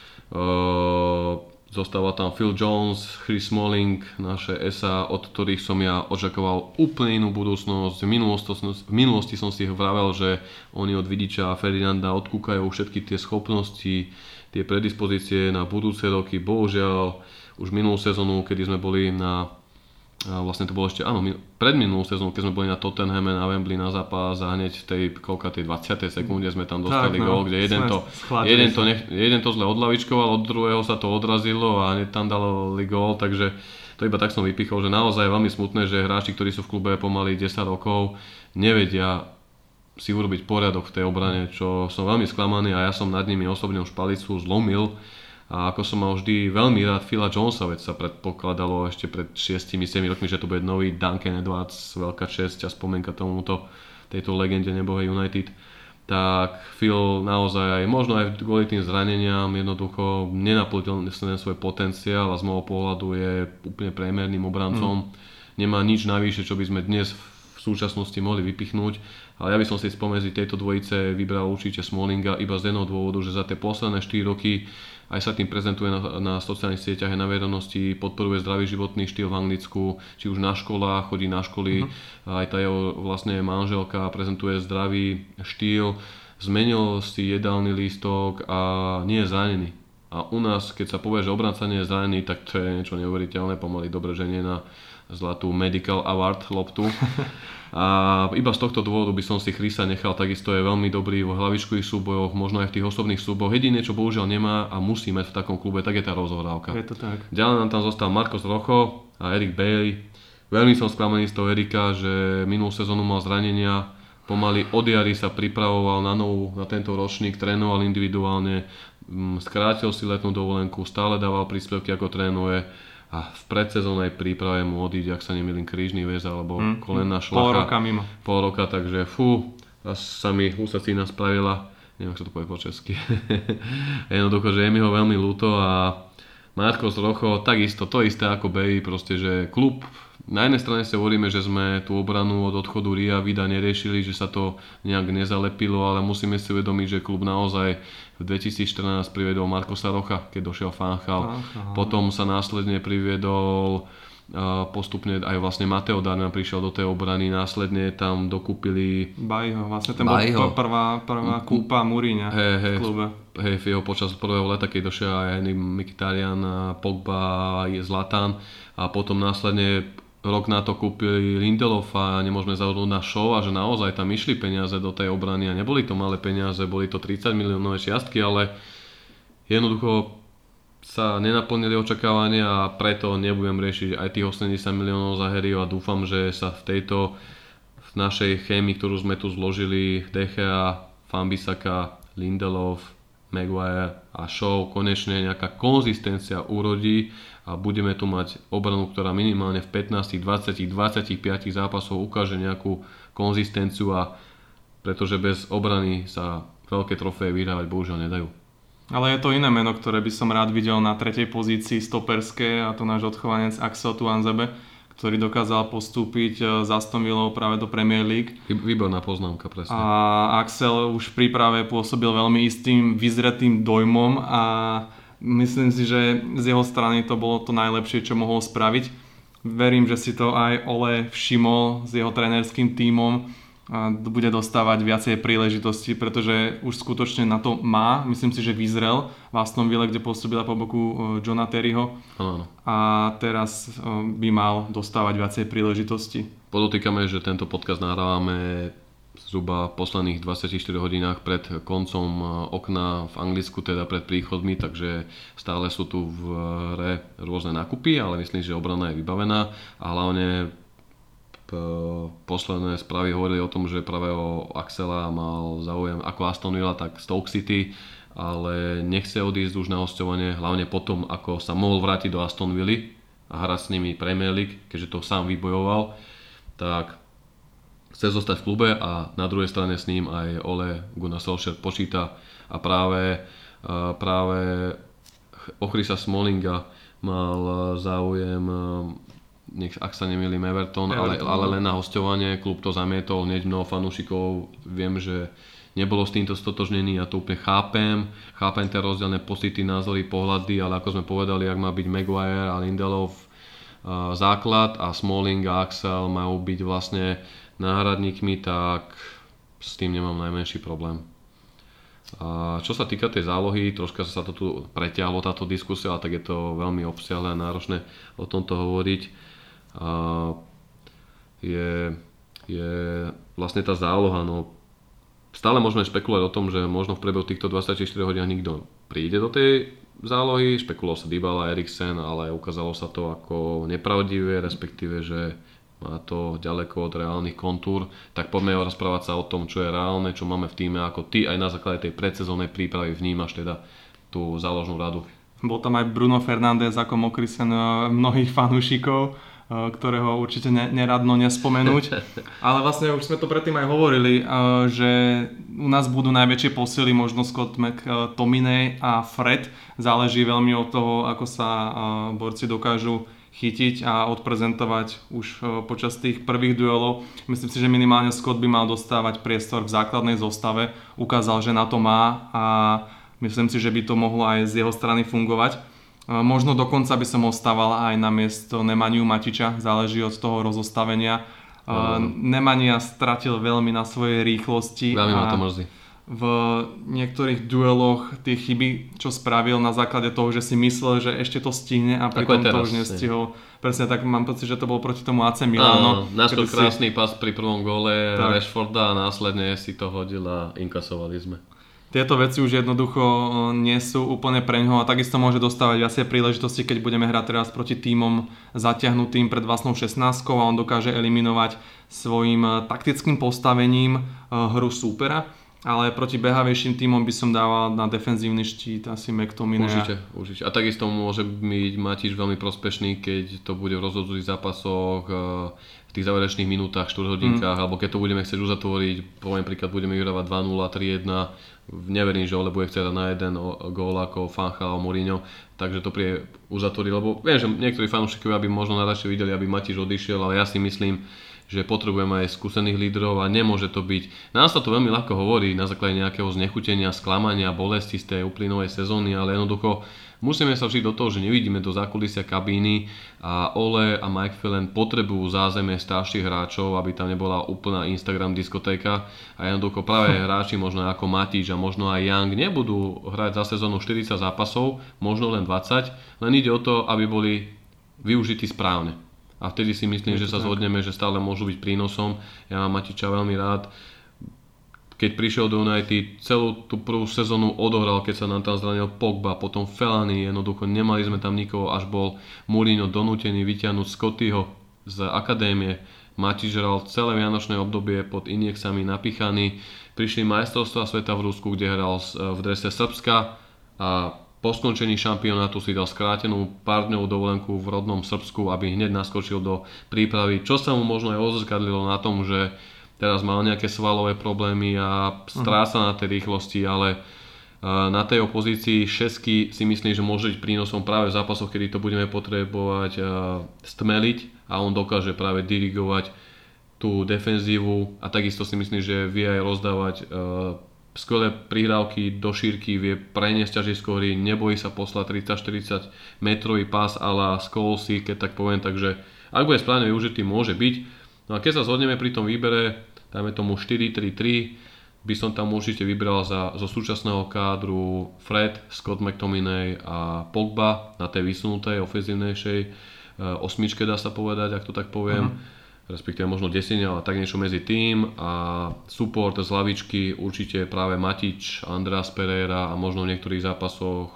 Zostáva tam Phil Jones, Chris Smalling, naše es á, od ktorých som ja očakával úplne inú budúcnosť. V minulosti, v minulosti som si vravel, že oni od Vidiča a Ferdinanda odkúkajú všetky tie schopnosti, tie predispozície na budúce roky. Bohužiaľ, už minulú sezónu, kedy sme boli na... A vlastne to bolo ešte, áno, pred minulú sezónu, keď sme boli na Tottenhame na Wembley na zápas a hneď v tej, koľka, tej dvadsiatej sekunde sme tam dostali tak, no, gól, kde jeden to, jeden, to nech, jeden to zle odlavičkoval, od druhého sa to odrazilo a hneď tam dali gól, takže to iba tak som vypichol, že naozaj je veľmi smutné, že hráči, ktorí sú v klube pomaly desať rokov, nevedia si urobiť poriadok v tej obrane, čo som veľmi sklamaný a ja som nad nimi osobne už palicu zlomil. A ako som mal vždy veľmi rád Phila Jonesa, veď sa predpokladalo ešte pred šiestimi sedem rokmi, že to bude nový Duncan Edwards, veľká česť a spomienka tomuto, tejto legende nebohej United. Tak Phil naozaj, možno aj kvôli tým zraneniam, jednoducho nenaplnil ten svoj potenciál a z môjho pohľadu je úplne priemerným obrancom. Mm. Nemá nič navyše, čo by sme dnes v súčasnosti mohli vypichnúť. Ale ja by som si spomedzi tejto dvojice vybral určite Smallinga iba z jedného dôvodu, že za tie posledné štyri roky aj sa tým prezentuje na, na sociálnych sieťach aj na verejnosti, podporuje zdravý životný štýl v Anglicku, či už na školách, chodí na školy, uh-huh. aj tá jeho vlastne manželka prezentuje zdravý štýl, zmenil si jedálny lístok a nie je zranený. A u nás, keď sa povie, že obranca nie je zranený, tak to je niečo neuveriteľné, pomaly dobre, že nie na zlatú Medical Award loptu. A iba z tohto dôvodu by som si Chrisa nechal, takisto je veľmi dobrý v hlavičkových súbojoch, možno aj v tých osobných súbojoch. Jediné, čo bohužiaľ nemá a musí mať v takom klube, tak je tá rozohrávka. Je to tak. Ďalej nám tam zostal Marcos Rojo a Eric Bailey. Veľmi som sklamaný z toho Erika, že minulú sezónu mal zranenia, pomaly od jary sa pripravoval na novú, na tento ročník, trénoval individuálne, skrátil si letnú dovolenku, stále dával príspevky ako trénuje. A v predsezónnej príprave mu odíde, ak sa nemýlim, krížny väz alebo mm, kolenná šlacha. Pol roka mimo. Pol roka, takže fú, sa mi husacína spravila, neviem, ako sa to povie po česky. Jednoducho, že je mi ho veľmi ľúto a Marcos Rojo, takisto, to isté ako Bailey, proste, že klub, na jednej strane si hovoríme, že sme tú obranu od odchodu Ria Vida neriešili, že sa to nejak nezalepilo, ale musíme si uvedomiť, že klub naozaj v dvetisícštrnásť priviedol Marcosa Rocha, keď došiel Van Gaal. Aha. Potom sa následne priviedol postupne aj vlastne Mateo Darmian prišiel do tej obrany, následne tam dokúpili Bajího, vlastne ten bol prvá, prvá kúpa Mourinha hey, hey, v klube. Hej, v jeho počas prvého leta, keď došiel aj Mkhitaryan, Pogba, Zlatan a potom následne rok na to kúpili Lindelof a nemôžeme zahodnúť na show a že naozaj tam išli peniaze do tej obrany a neboli to malé peniaze, boli to tridsať miliónové čiastky, ale jednoducho sa nenaplnili očakávania a preto nebudem riešiť aj tých osemdesiat miliónov za Harryho a dúfam, že sa v tejto v našej chémii, ktorú sme tu zložili, De Gea, Wan-Bissaka, Lindelof, Maguire a Shaw, konečne nejaká konzistencia urodí a budeme tu mať obranu, ktorá minimálne v pätnásť, dvadsať, dvadsaťpäť zápasov ukáže nejakú konzistenciu a pretože bez obrany sa veľké trofeje vyhrávať bohužiaľ nedajú. Ale je to iné meno, ktoré by som rád videl na tretej pozícii stoperské a to náš odchovanec Axel Tuanzebe, ktorý dokázal postúpiť z Aston Villou práve do Premier League. Výborná poznámka, presne. A Axel už v príprave pôsobil veľmi istým, vyzretým dojmom a myslím si, že z jeho strany to bolo to najlepšie, čo mohol spraviť. Verím, že si to aj Ole všimol s jeho trénerským tímom a bude dostávať viacej príležitosti, pretože už skutočne na to má. Myslím si, že vyzrel v Aston Ville, kde pôsobila po boku Johna Terryho. Áno. A teraz by mal dostávať viacej príležitosti. Podotýkame, že tento podcast nahrávame zhruba v posledných dvadsaťštyri hodinách pred koncom okna v Anglicku, teda pred príchodmi, takže stále sú tu v hre rôzne nákupy, ale myslím, že obrana je vybavená a hlavne posledné správy hovorili o tom, že práve o Axela mal záujem ako Aston Villa, tak Stoke City, ale nechce odísť už na hosťovanie, hlavne potom, ako sa mohol vrátiť do Aston Villa a hrať s nimi Premier League, keďže to sám vybojoval, tak chce zostať v klube a na druhej strane s ním aj Ole Gunnar Solskjaer počíta a práve, práve o Chrisa Smallinga mal záujem, nech, ak sa nemýlim, Everton, ale, ale len na hosťovanie, klub to zamietol, hneď mnoho fanúšikov, viem, že nebolo s týmto stotožnený, ja to úplne chápem, chápem tie rozdielne pocity, názory, pohľady, ale ako sme povedali, ak má byť Maguire a Lindelof uh, základ a Smalling a Axel majú byť vlastne náhradníkmi, tak s tým nemám najmenší problém. A čo sa týka tej zálohy, troška sa to tu preťahlo táto diskusia, ale tak je to veľmi obsiahle a náročné o tomto hovoriť. A je, je vlastne tá záloha, no stále môžeme špekulovať o tom, že možno v priebehu týchto dvadsaťštyri hodín nikto príde do tej zálohy, špekuloval sa Dybala, Eriksen, ale ukázalo sa to ako nepravdivé, respektíve, že má to ďaleko od reálnych kontúr, tak poďme rozprávať sa o tom, čo je reálne, čo máme v týme, ako ty aj na základe tej predsezónnej prípravy vnímaš teda tú záložnú radu. Bol tam aj Bruno Fernandes ako mokrý sen mnohých fanúšikov, ktorého určite neradno nespomenúť. Ale vlastne už sme to predtým aj hovorili, že u nás budú najväčšie posily možno Scott McTominay a Fred. Záleží veľmi od toho, ako sa borci dokážu chytiť a odprezentovať už počas tých prvých duelov. Myslím si, že minimálne Scott by mal dostávať priestor v základnej zostave. Ukázal, že na to má a myslím si, že by to mohlo aj z jeho strany fungovať. Možno dokonca by som ostával aj na miesto Nemaniu Matiča, záleží od toho rozostavenia. Mm. Nemanja stratil veľmi na svojej rýchlosti. Veľmi ma to mrzí. V niektorých dueloch tie chyby, čo spravil na základe toho, že si myslel, že ešte to stihne a pritom to už nestihol. Presne tak, mám pocit, že to bolo proti tomu á cé Milano. Náskok krásny si... pas pri prvom góle Rashforda a následne si to hodil a inkasovali sme. Tieto veci už jednoducho nie sú úplne preňho a takisto môže dostávať viacej príležitosti, keď budeme hrať teraz proti tímom zatiahnutým pred vlastnou šestnástkou a on dokáže eliminovať svojim taktickým postavením hru súpera. Ale proti behavejším tímom by som dával na defenzívny štít asi McTominaya. Určite, určite. A takisto môže byť Matič veľmi prospešný, keď to bude v rozhodujúcich zápasoch, v tých záverečných minútach, štvrťhodinkách, mm. alebo keď to budeme chcieť uzatvoriť, poviem príklad, budeme vyhrávať dva nula, tri jedna, neverím, že Ole bude chcieť na jeden gól ako Fanchal a Mourinho, takže to príde uzatvoriť, lebo viem, že niektorí fanúšikovia by možno najradšej videli, aby Matič odišiel, ale ja si myslím, že potrebujeme aj skúsených lídrov a nemôže to byť. Nám sa to veľmi ľahko hovorí na základe nejakého znechutenia, sklamania, bolesti z tej uplynovej sezóny, ale jednoducho musíme sa vžiť do toho, že nevidíme do zákulisia kabíny a Ole a Mike Phelan potrebujú zázemie starších hráčov, aby tam nebola úplná Instagram diskotéka a jednoducho práve hráči možno ako Matič a možno aj Young nebudú hrať za sezónu štyridsať zápasov, možno len dvadsať, len ide o to, aby boli využití správne. A vtedy si myslím, že sa zhodneme, že stále môžu byť prínosom. Ja mám Matiča veľmi rád. Keď prišiel do United, celú tú prvú sezónu odohral, keď sa nám tam zranil Pogba, potom Fellaini, jednoducho nemali sme tam nikoho, až bol Mourinho donútený vyťahnuť Scottyho z akadémie. Matič hral celé vianočné obdobie pod injekciami napichaný. Prišli majstrovstvá sveta v Rusku, kde hral v drese Srbska a po skončení šampionátu si dal skrátenú pár dňovú dovolenku v rodnom Srbsku, aby hneď naskočil do prípravy, čo sa mu možno aj odzrkadlilo na tom, že teraz mal nejaké svalové problémy a stráca na tej rýchlosti, ale na tej opozícii šesky si myslím, že môže byť prínosom práve v zápasoch, kedy to budeme potrebovať stmeliť a on dokáže práve dirigovať tú defenzívu a takisto si myslím, že vie aj rozdávať skvelé prihrávky do šírky, vie preniesť ťažisko hry, nebojí sa poslať tridsať štyridsať metrový pás a la Scholesy, keď tak poviem, takže ak bude správne využitý, môže byť. No a keď sa zhodneme pri tom výbere, dajme tomu štyri tri tri, by som tam určite vybral za, zo súčasného kádru Fred, Scott McTominay a Pogba na tej vysunutej, ofenzívnejšej e, osmičke, dá sa povedať, ak to tak poviem. Uh-huh. Respektíve možno desine, ale tak niečo medzi tým a support z lavičky určite práve Matič, Andreas Pereira a možno v niektorých zápasoch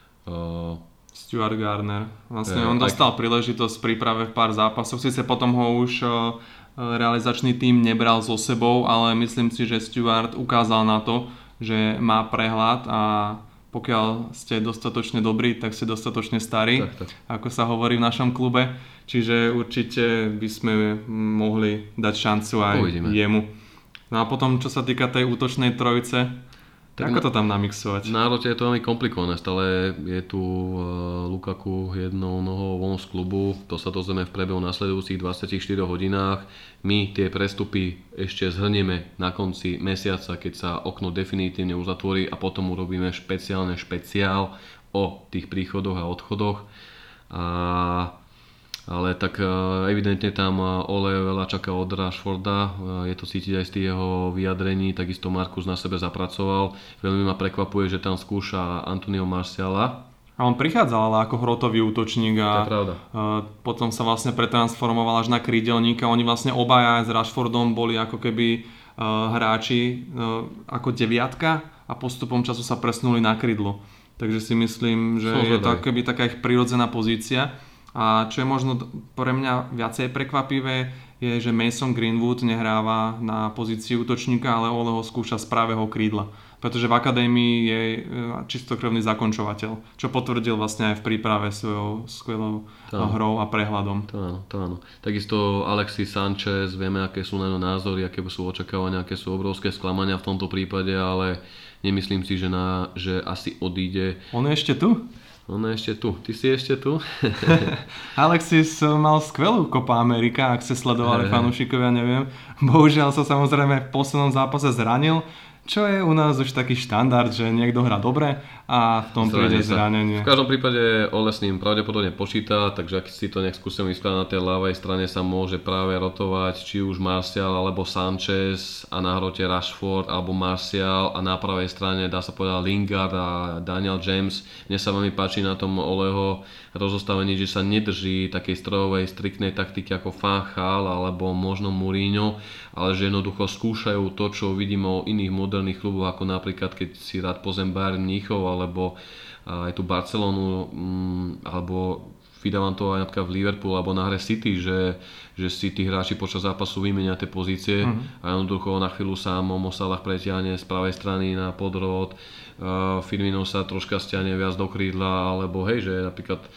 uh, Stuart Gardner. Vlastne uh, on dostal aj príležitosť v príprave v pár zápasoch, síce potom ho už uh, realizačný tím nebral so sebou, ale myslím si, že Stuart ukázal na to, že má prehľad a pokiaľ ste dostatočne dobrí, tak ste dostatočne starí, tak, tak. Ako sa hovorí v našom klube. Čiže určite by sme mohli dať šancu aj Uvidíme. jemu. No a potom, čo sa týka tej útočnej trojice, tak ako na, to tam namixovať? Na rote je to veľmi komplikované. Stále je tu uh, Lukaku jednou nohou von z klubu. To sa dozvieme v priebehu nasledujúcich dvadsaťštyri hodinách. My tie prestupy ešte zhrnieme na konci mesiaca, keď sa okno definitívne uzatvorí a potom urobíme špeciálne špeciál o tých príchodoch a odchodoch. A ale tak evidentne tam Ole veľa čaká od Rashforda, je to cítiť aj z tých jeho vyjadrení, takisto Markus na sebe zapracoval. Veľmi ma prekvapuje, že tam skúša Antonio Martiala. A on prichádzal ale ako hrotový útočník a potom sa vlastne pretransformoval až na krídelníka. Oni vlastne obaja s Rashfordom boli ako keby hráči ako deviatka a postupom času sa presnuli na krídlo. Takže si myslím, že Som je to ako keby taká ich prirodzená pozícia. A čo je možno pre mňa viacej prekvapivé, je, že Mason Greenwood nehráva na pozícii útočníka, ale Ole ho skúša z pravého krídla. Pretože v akadémii je čistokrvný zakončovateľ, čo potvrdil vlastne aj v príprave svojou skvelou hrou a prehľadom. To áno, to áno. Takisto Alexis Sanchez, vieme, aké sú na ňo názory, aké sú očakávania, aké sú obrovské sklamania v tomto prípade, ale nemyslím si, že, na, že asi odíde. On je ešte tu? On je ešte tu. Ty si ešte tu? Alexis mal skvelú Copa America, ak ste sledovali fanúšikovia, neviem. Bohužiaľ sa samozrejme v poslednom zápase zranil, čo je u nás už taký štandard, že niekto hrá dobre a v tom príde zranenie. V každom prípade Ole s ním pravdepodobne počíta, takže ak si to nejak skúsim vyskladať na tej ľavej strane, sa môže práve rotovať či už Martial alebo Sanchez a na hrote Rashford alebo Martial a na pravej strane dá sa povedať Lingard a Daniel James. Mne sa veľmi páči na tom Oleho rozostavení, že sa nedrží takej strojovej striktnej taktiky ako Van Gaal alebo možno Mourinho, ale že jednoducho skúšajú to, čo vidíme o iných moderných kluboch, ako napríklad keď si rád pozriem Bayern Mníchov alebo aj tu Barcelonu, alebo vydávam to aj napríklad v Liverpool alebo na hre City, že, že si tí hráči počas zápasu vymenia tie pozície mm. a jednoducho na chvíľu sa Mo Salah pretiahne z pravej strany na podrod, uh, Firmino sa troška stiahne viac do krídla, alebo hej, že napríklad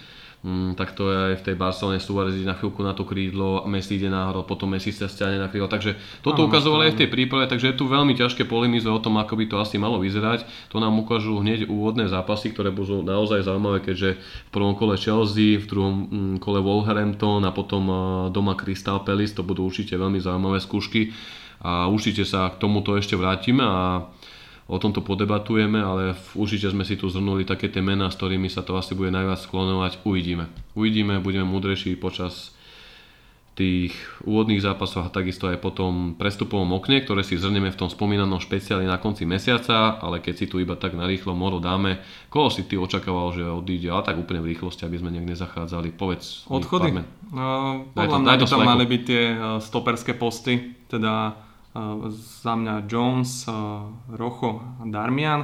Mm, tak to je aj v tej Barcelone, Suárez ide na chvíľku na to krídlo, Messi ide nahor, potom Messi sa stiahne na krídlo, takže toto ukazovali aj v tej príprave, takže je tu veľmi ťažké polemizovať o tom, ako by to asi malo vyzerať. To nám ukážu hneď úvodné zápasy, ktoré budú naozaj zaujímavé, keďže v prvom kole Chelsea, v druhom kole Wolverhampton a potom doma Crystal Palace, to budú určite veľmi zaujímavé skúšky a určite sa k tomuto ešte vrátime a o tomto podebatujeme, ale určite sme si tu zhrnuli také tie mená, s ktorými sa to asi bude najviac sklonovať. Uvidíme. Uvidíme, budeme múdrejší počas tých úvodných zápasov a takisto aj potom prestupovom okne, ktoré si zhrnieme v tom spomínanom špeciáli na konci mesiaca, ale keď si tu iba tak narýchlo Moro dáme, koho si ty očakával, že odíde, ale tak úplne v rýchlosti, aby sme nejak nezachádzali. Povedz. Odchody? No, podľa mňa by tam mali byť tie stoperské posty, teda za mňa Jones, Rojo a Darmian.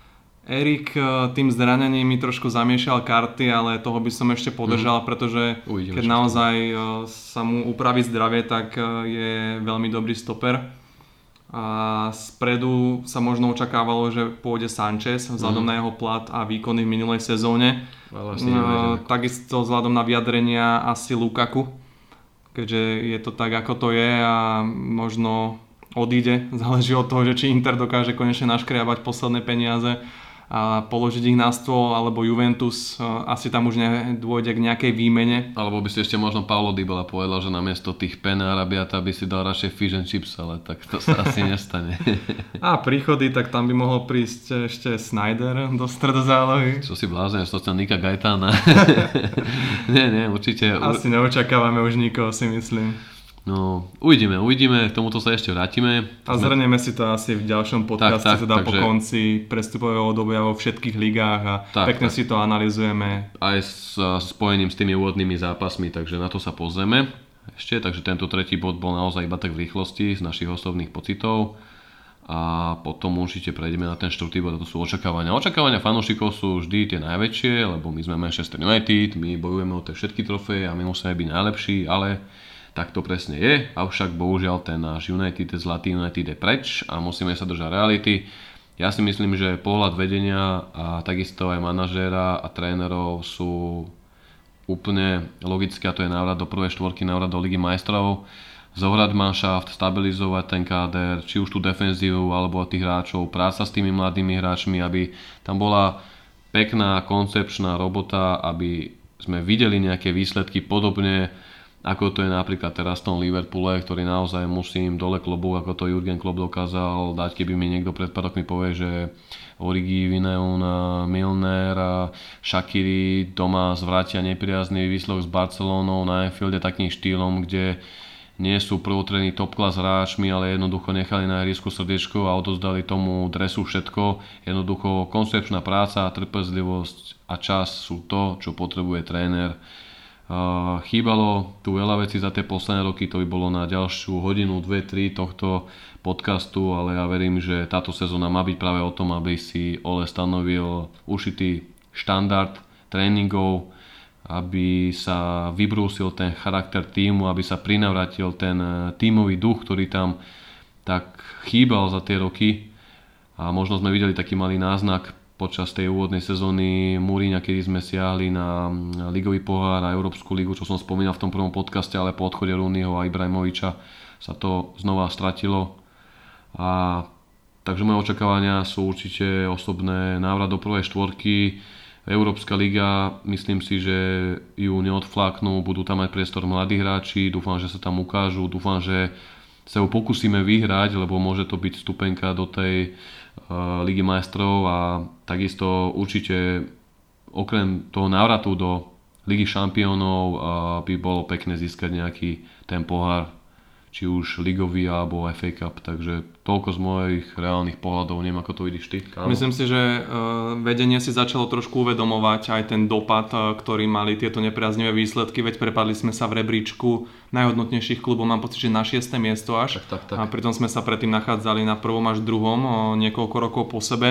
Erik tým zranením mi trošku zamiešal karty, ale toho by som ešte podržal, mm. pretože Uvidíme, keď naozaj sa mu upraví zdravie, tak je veľmi dobrý stoper. A spredu sa možno očakávalo, že pôjde Sanchez vzhľadom mm. na jeho plat a výkony v minulej sezóne. Uh, takisto vzhľadom na vyjadrenia asi Lukaku, keďže je to tak, ako to je a možno odíde, záleží od toho, že či Inter dokáže konečne naškriabať posledné peniaze a položiť ich na stôl, alebo Juventus, asi tam už dôjde k nejakej výmene. Alebo by si ešte možno Paulo Dybala povedal, že namiesto tých Pena Arabiata by si dal radšej fish and chips, ale tak to sa asi nestane. A príchody, tak tam by mohol prísť ešte Snyder do stredozálohy. Čo si blázne, že to chce Nika Gaetana. nie, nie, určite. Asi neočakávame už nikoho, si myslím. No, uvidíme, uvidíme, k tomuto sa ešte vrátime. A zhrnieme si to asi v ďalšom podcaste, tak, tak, teda takže po konci prestupového obdobia vo všetkých ligách a tak, pekne tak si to analyzujeme. Aj s spojením s tými úvodnými zápasmi, takže na to sa pozrieme ešte, takže tento tretí bod bol naozaj iba tak v rýchlosti z našich osobných pocitov a potom určite prejdeme na ten štvrtý bod, to sú očakávania. Očakávania fanúšikov sú vždy tie najväčšie, lebo my sme Manchester United, my bojujeme o tie všetky trofeje a my musíme byť najlepší, ale tak to presne je, avšak bohužiaľ ten náš United, zlatý United je preč a musíme sa držať reality. Ja si myslím, že pohľad vedenia a takisto aj manažéra a trénerov sú úplne logické a to je návrat do prvej štvorky, návrat do Ligy majstrov, zohrať manšaft, stabilizovať ten káder, či už tú defenzívu alebo tých hráčov, práca s tými mladými hráčmi, aby tam bola pekná koncepčná robota, aby sme videli nejaké výsledky podobne ako to je napríklad teraz v tom Liverpoole, ktorý naozaj musím dole klobúk, ako to Jurgen Klopp dokázal dať, keby mi niekto pred pár rokmi povie, že Origi, Vineun, Milner a Shaqiri doma zvrátia nepriaznivý výsledok s Barcelónou na Anfielde takým štýlom, kde nie sú prvotrení top class hráčmi, ale jednoducho nechali na ihrisku srdiečko a odozdali tomu dresu všetko. Jednoducho koncepčná práca, trpezlivosť a čas sú to, čo potrebuje tréner. Uh, chýbalo tu veľa vecí za tie posledné roky, to by bolo na ďalšiu hodinu, dve, tri tohto podcastu, ale ja verím, že táto sezóna má byť práve o tom, aby si Ole stanovil ušitý štandard tréningov, aby sa vybrúsil ten charakter tímu, aby sa prinavratil ten tímový duch, ktorý tam tak chýbal za tie roky a možno sme videli taký malý náznak počas tej úvodnej sezóny Mourinha, kedy sme siahli na ligový pohár a Európsku ligu, čo som spomínal v tom prvom podcaste, ale po odchode Rooneyho a Ibrahimoviča sa to znova stratilo. A takže moje očakávania sú určite osobné, návrat do prvej štvorky. Európska liga, myslím si, že ju neodfláknú, budú tam aj priestor mladí hráči, dúfam, že sa tam ukážu, dúfam, že sa ju pokúsime vyhrať, lebo môže to byť vstupenka do tej Ligy majstrov a takisto určite okrem toho návratu do Ligy šampiónov by bolo pekné získať nejaký ten pohár, či už ligový alebo ef á Cup, takže toľko z mojich reálnych pohľadov, neviem ako to vidíš ty. Kámo? Myslím si, že vedenie si začalo trošku uvedomovať aj ten dopad, ktorý mali tieto nepriaznivé výsledky, veď prepadli sme sa v rebríčku najhodnotnejších klubov, mám pocit, že na šieste miesto až, tak, tak, tak. A pritom sme sa predtým nachádzali na prvom až druhom niekoľko rokov po sebe.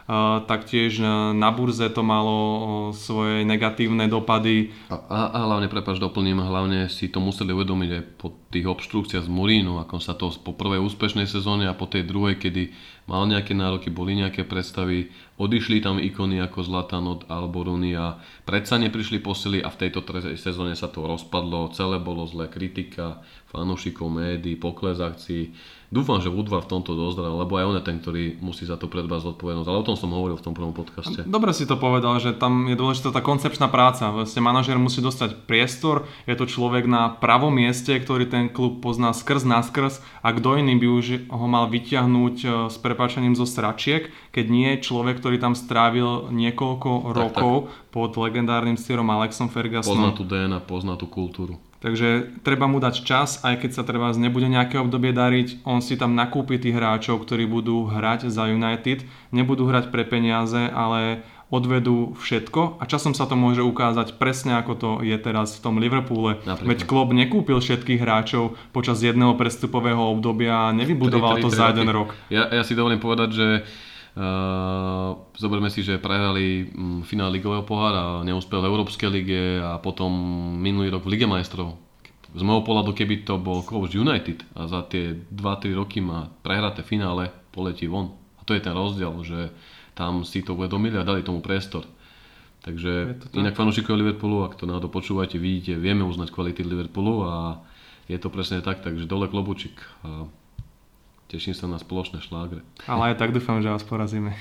taktiež na burze to malo svoje negatívne dopady. A, a, a hlavne, prepáč, doplním, hlavne si to museli uvedomiť aj po tých obštrukciách z Morínu, ako sa to po prvej úspešnej sezóne a po tej druhej, kedy mal nejaké nároky, boli nejaké predstavy, odišli tam ikony ako Zlatan alebo Rooney a predsa neprišli posily a v tejto sezóne sa to rozpadlo, celé bolo zlé, kritika fanúšikov, médií, pokles akcií. Dúfam, že Woodward v tomto dozdral, lebo aj on je ten, ktorý musí za to predbať zodpovednosť. Ale o tom som hovoril v tom prvom podcaste. Dobre si to povedal, že tam je dôležitá tá koncepčná práca. Vlastne manažér musí dostať priestor, je to človek na pravom mieste, ktorý ten klub pozná skrz naskrz a kto iný by už ho mal vyťahnuť s prepáčením zo sračiek, keď nie človek, ktorý tam strávil niekoľko tak, rokov tak. pod legendárnym stírom Alexom Fergusonom. Pozná tú dé en á, pozná tú kultúru. Takže treba mu dať čas, aj keď sa treba nebude nejaké obdobie dariť, on si tam nakúpi tých hráčov, ktorí budú hrať za United, nebudú hrať pre peniaze, ale odvedú všetko a časom sa to môže ukázať presne ako to je teraz v tom Liverpoole. Napríklad. Veď Klopp nekúpil všetkých hráčov počas jedného prestupového obdobia a nevybudoval to za jeden rok. Ja, ja si dovolím povedať, že Uh, zoberme si, že prehrali um, finál ligového pohára a neúspel v Európskej lige a potom minulý rok v Lige majstrov. Z môjho pohľadu, keby to bol coach United a za tie dva tri roky má prehraté finále, poletí von. A to je ten rozdiel, že tam si to uvedomili a dali tomu priestor. Takže inak fanúšikovia Liverpoolu, ak to náhodou počúvate, vidíte, vieme uznať kvality Liverpoolu a je to presne tak, takže dole klobúčik. A teším sa na spoločné šlágre. Ale aj tak dúfam, že vás porazíme.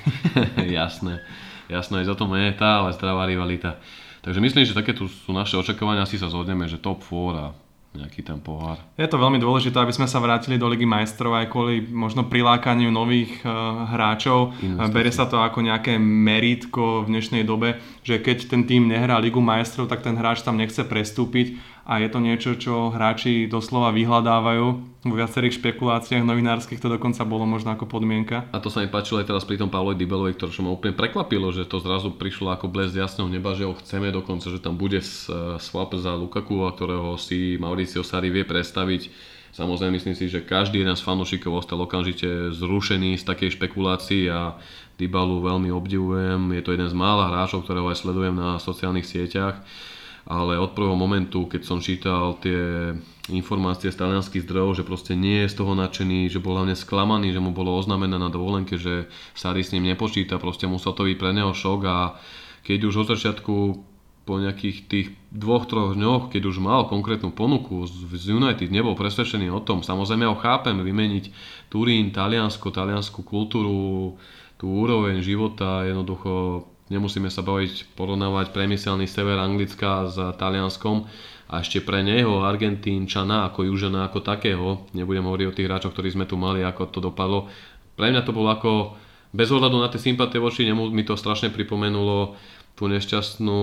jasné, jasné, aj za to je tá, ale zdravá rivalita. Takže myslím, že také tu sú naše očakávania, asi sa zhodneme, že top štyri a nejaký ten pohár. Je to veľmi dôležité, aby sme sa vrátili do Ligy majstrov aj kvôli možno prilákaniu nových uh, hráčov. Berie sa to ako nejaké meritko v dnešnej dobe, že keď ten tým nehrá Ligu majstrov, tak ten hráč tam nechce prestúpiť. A je to niečo, čo hráči doslova vyhľadávajú. Vo viacerých špekuláciách novinárskych to dokonca bolo možno ako podmienka. A to sa mi páčilo aj teraz pri tom Pavlovi Dybalovej, ktoré ma úplne prekvapilo, že to zrazu prišlo ako blesk jasného neba, že ho chceme dokonca, že tam bude swap za Lukaku, ktorého si Mauricio Sarri vie predstaviť. Samozrejme myslím si, že každý jeden z fanúšikov ostal okamžite zrušený z takej špekulácii a Dybalu veľmi obdivujem. Je to jeden z mála hráčov, ktorého aj sledujem na sociálnych sieťach. Ale od prvého momentu, keď som čítal tie informácie z talianských zdrojov, že proste nie je z toho nadšený, že bol hlavne sklamaný, že mu bolo oznámené na dovolenke, že Sarri s ním nepočíta, proste musel to byť pre neho šok a keď už od začiatku po nejakých tých dvoch, troch dňoch, keď už mal konkrétnu ponuku z United, nebol presvedčený o tom, samozrejme ho chápem, vymeniť Turín, Taliansko, taliansku kultúru, tú úroveň života, jednoducho nemusíme sa baviť, porovnávať priemyselný sever Anglicka s Talianskom a ešte pre neho Argentínčana ako Južana ako takého, nebudem hovoriť o tých hráčoch, ktorí sme tu mali, ako to dopadlo. Pre mňa to bolo ako, bez ohľadu na tie sympatie voči nemu, mi to strašne pripomenulo tú nešťastnú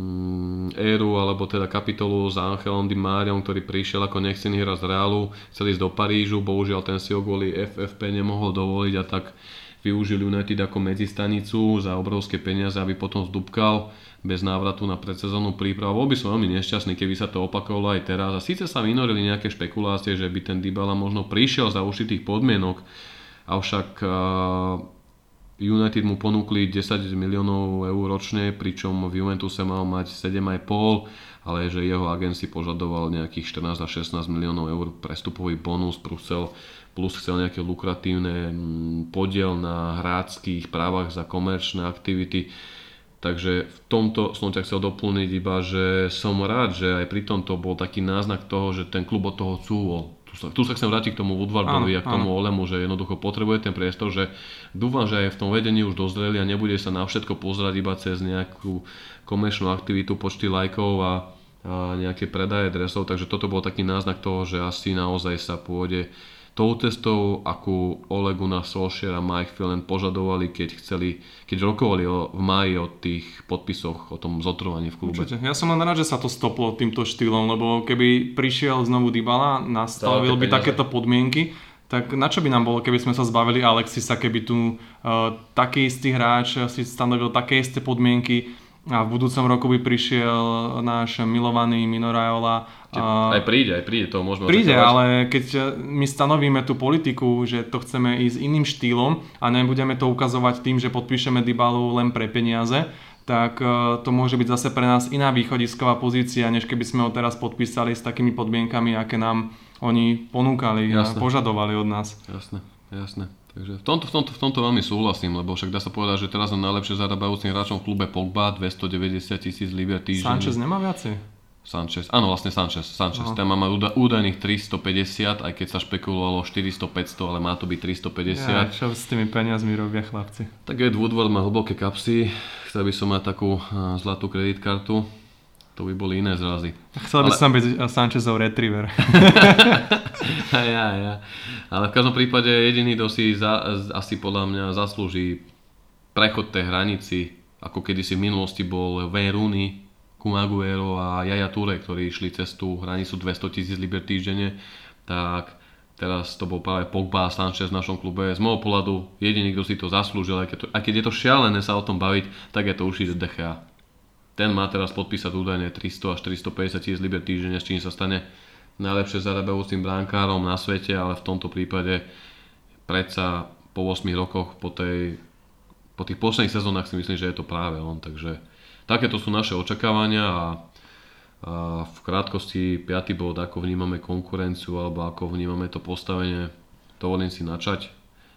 éru, alebo teda kapitolu s Angelom Di Mariom, ktorý prišiel ako nechcený hráč z Realu, chcel ísť do Parížu, bohužiaľ ten si ho kvôli ef ef pé nemohol dovoliť a tak využil United ako medzistanicu za obrovské peniaze, aby potom zdúbkal bez návratu na predsezónnu prípravu. Bol by som veľmi nešťastný, keby sa to opakovalo aj teraz. A síce sa vynorili nejaké špekulácie, že by ten Dybala možno prišiel za určitých podmienok, avšak United mu ponúkli desať miliónov eur ročne, pričom v Juventuse mal mať sedem a pol, ale že jeho agent si požadoval nejakých štrnásť až šestnásť miliónov eur prestupový bonus, Brusel plus chcel nejaké lukratívne podiel na hráčských právach za komerčné aktivity. Takže v tomto som ťa chcel doplniť iba, že som rád, že aj pri tomto bol taký náznak toho, že ten klub od toho cúvol. Tu sa, tu sa chcem vrátiť k tomu Woodwardovi a k tomu Olemu, že jednoducho potrebuje ten priestor, že dúfam, že aj v tom vedení už dozreli a nebude sa na všetko pozerať iba cez nejakú komerčnú aktivitu, počty lajkov a, a nejaké predaje dresov. Takže toto bol taký náznak toho, že asi naozaj sa pôjde tou cestou, akú Ole Gunnar Solskjaer a Mike Phelan požadovali, keď chceli, keď rokovali o, v máji o tých podpisoch, o tom zotrvaní v klube. Určite. Ja som len rád, že sa to stoplo týmto štýlom, lebo keby prišiel znovu Dybala, nastavil by takéto podmienky, tak na čo by nám bolo, keby sme sa zbavili Alexisa, keby tu uh, taký istý hráč si stanovil také isté podmienky, a v budúcom roku by prišiel náš milovaný Mino Raiola. Aj príde, aj príde, to môžeme Príde, očakávať. ale keď my stanovíme tú politiku, že to chceme ísť iným štýlom a nebudeme to ukazovať tým, že podpíšeme Dybalu len pre peniaze, tak to môže byť zase pre nás iná východisková pozícia, než keby sme ho teraz podpísali s takými podmienkami, aké nám oni ponúkali Jasné. a požadovali od nás. Jasné, jasné. Takže v tomto, v, tomto, v tomto veľmi súhlasím, lebo však dá sa povedať, že teraz je najlepšie zarábajúcim hráčom v klube Pogba, dvestodeväťdesiat tisíc libier týždenne. Sanchez nemá viacej? Sanchez, áno, vlastne Sanchez, Sanchez. No. Ten má úda, údajných tristopäťdesiat, aj keď sa špekulovalo štyristo päťsto, ale má to byť tristopäťdesiat. Ja, čo s tými peniazmi robia chlapci? Tak Ed Woodward má hlboké kapsy, chcel by som mať takú uh, zlatú kreditkartu, to by boli iné zrazy. Chcel by ale... som byť Sanchezov retriever. ja, ja. Ale v každom prípade jediný, kto si za, asi podľa mňa zaslúži prechod tej hranici, ako kedysi v minulosti bol Wayne Rooney, Kun Aguero a Yaya Toure, ktorí išli cez tú hranicu dvesto tisíc libier týždenne, tak teraz to bol práve Pogba a Sanchez v našom klube. Z môjho pohľadu jediný, kto si to zaslúžil, aj keď, to, aj keď je to šialené sa o tom baviť, tak je to určite De Gea. Ten má teraz podpísať údajne tristo až tristopäťdesiat tisíc libier týždenne, s čím sa stane najlepšie zarábajúcim bránkárom na svete, ale v tomto prípade predsa po ôsmich rokoch, po, tej, po tých posledných sezónach si myslím, že je to práve on. Takže takéto sú naše očakávania a, a v krátkosti piaty bod, ako vnímame konkurenciu alebo ako vnímame to postavenie, dovolím si načať.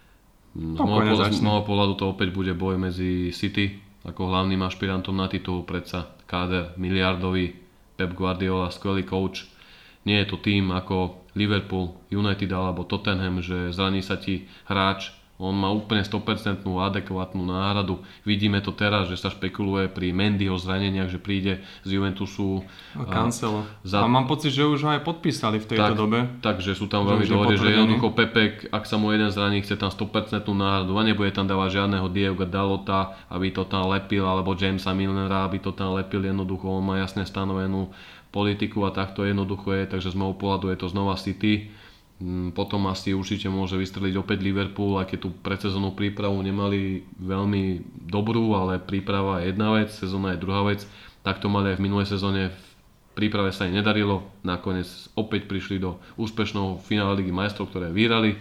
Z môjho, pohľadu, z môjho pohľadu to opäť bude boj medzi City ako hlavným ašpirantom na titul, predsa káder miliardový, Pep Guardiola, skvelý coach. Nie je to tým ako Liverpool, United alebo Tottenham, že zraní sa ti hráč, on má úplne sto percent adekvátnu náhradu. Vidíme to teraz, že sa špekuluje pri Mendyho zraneniach, že príde z Juventusu Cancelo. Za... A mám pocit, že už ho aj podpísali v tejto tak, dobe. Takže sú tam veľmi dohode, že jednoducho Pepek, ak sa mu jeden zraní, chce tam sto percent náhradu a nebude tam dávať žiadneho Diego Dalota, aby to tam lepil, alebo Jamesa Milnera, aby to tam lepil. Jednoducho on má jasne stanovenú politiku a takto jednoducho je, takže z môjho pohľadu je to znova City. Potom asi určite môže vystreliť opäť Liverpool, aj keď tú predsezónnu prípravu nemali veľmi dobrú, ale príprava je jedna vec, sezóna je druhá vec. Tak to mali aj v minulej sezóne, v príprave sa im nedarilo, nakoniec opäť prišli do úspešného finále Ligy majstrov, ktoré vyhrali.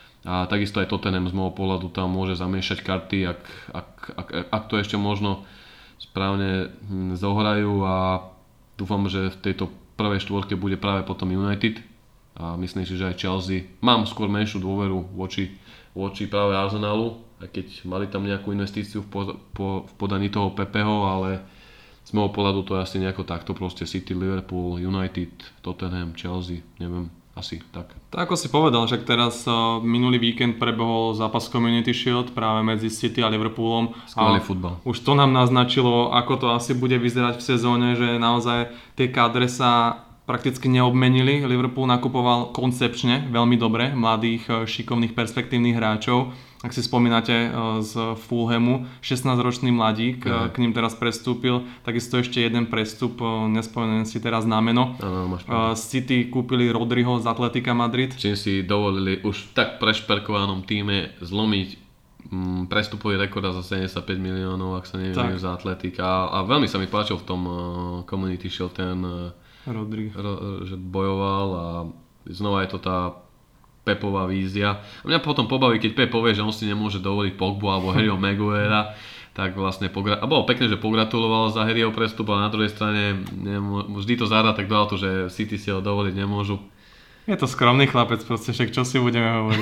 A takisto aj Tottenham z môjho pohľadu tam môže zamiešať karty, ak, ak, ak, ak to ešte možno správne zohrajú a dúfam, že v tejto prvej štvorke bude práve potom United. A myslím si, že aj Chelsea. Mám skôr menšiu dôveru voči, voči práve Arsenalu, aj keď mali tam nejakú investíciu v, po, po, v podaní toho Pepeho, ale z môjho pohľadu to je asi nejako takto proste City, Liverpool, United, Tottenham, Chelsea, neviem, asi tak. Tak ako si povedal, že teraz uh, minulý víkend prebehol zápas Community Shield práve medzi City a Liverpoolom. Skvelý futbal. Už to nám naznačilo, ako to asi bude vyzerať v sezóne, že naozaj tie kádre sa prakticky neobmenili. Liverpool nakupoval koncepčne veľmi dobre mladých, šikovných, perspektívnych hráčov. Ak si spomínate z Fulhamu, šestnásťročný mladík, mm. k ním teraz prestúpil. Takisto ešte jeden prestup, nespomeniem si teraz na meno. Ano, City kúpili Rodriho z Atletica Madrid. Čím si dovolili už v tak prešperkovanom týme zlomiť mm, prestupový rekord za sedemdesiatpäť miliónov, ak sa neviem, za Atletica. A, a veľmi sa mi páčil v tom uh, Community Shield ten uh, Rodri. Ro, že bojoval a znova je to tá Pepová vízia. A mňa potom pobaví, keď Pep povie, že on si nemôže dovoliť Pogbu alebo Harryho Maguirea, tak vlastne pogra- a bolo pekné, že pogratuloval za Harryho prestup, ale na druhej strane nemô- vždy to záda tak dalo to, že City si ho dovoliť nemôžu. Je to skromný chlapec, proste však čo si budeme hovoriť.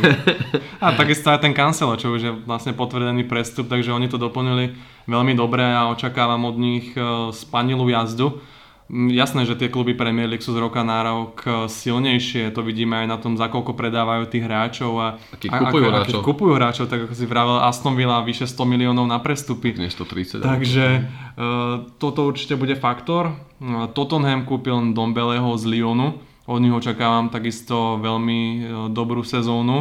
A takisto aj ten Cancelo, čo už je vlastne potvrdený prestup, takže oni to doplnili veľmi dobre a očakávam od nich spanilú jazdu. Jasné, že tie kluby Premier League sú z roka na rok silnejšie, to vidíme aj na tom, za koľko predávajú tých hráčov a, a keď kupujú a, hráčov. A keď kupujú hráčov, tak ako si vravel, Aston Villa vyše sto miliónov na prestupy. Nie sto tridsať. Takže uh, toto určite bude faktor. Uh, Tottenham kúpil Dombeleho z Lyonu, od nich očakávam takisto veľmi uh, dobrú sezónu.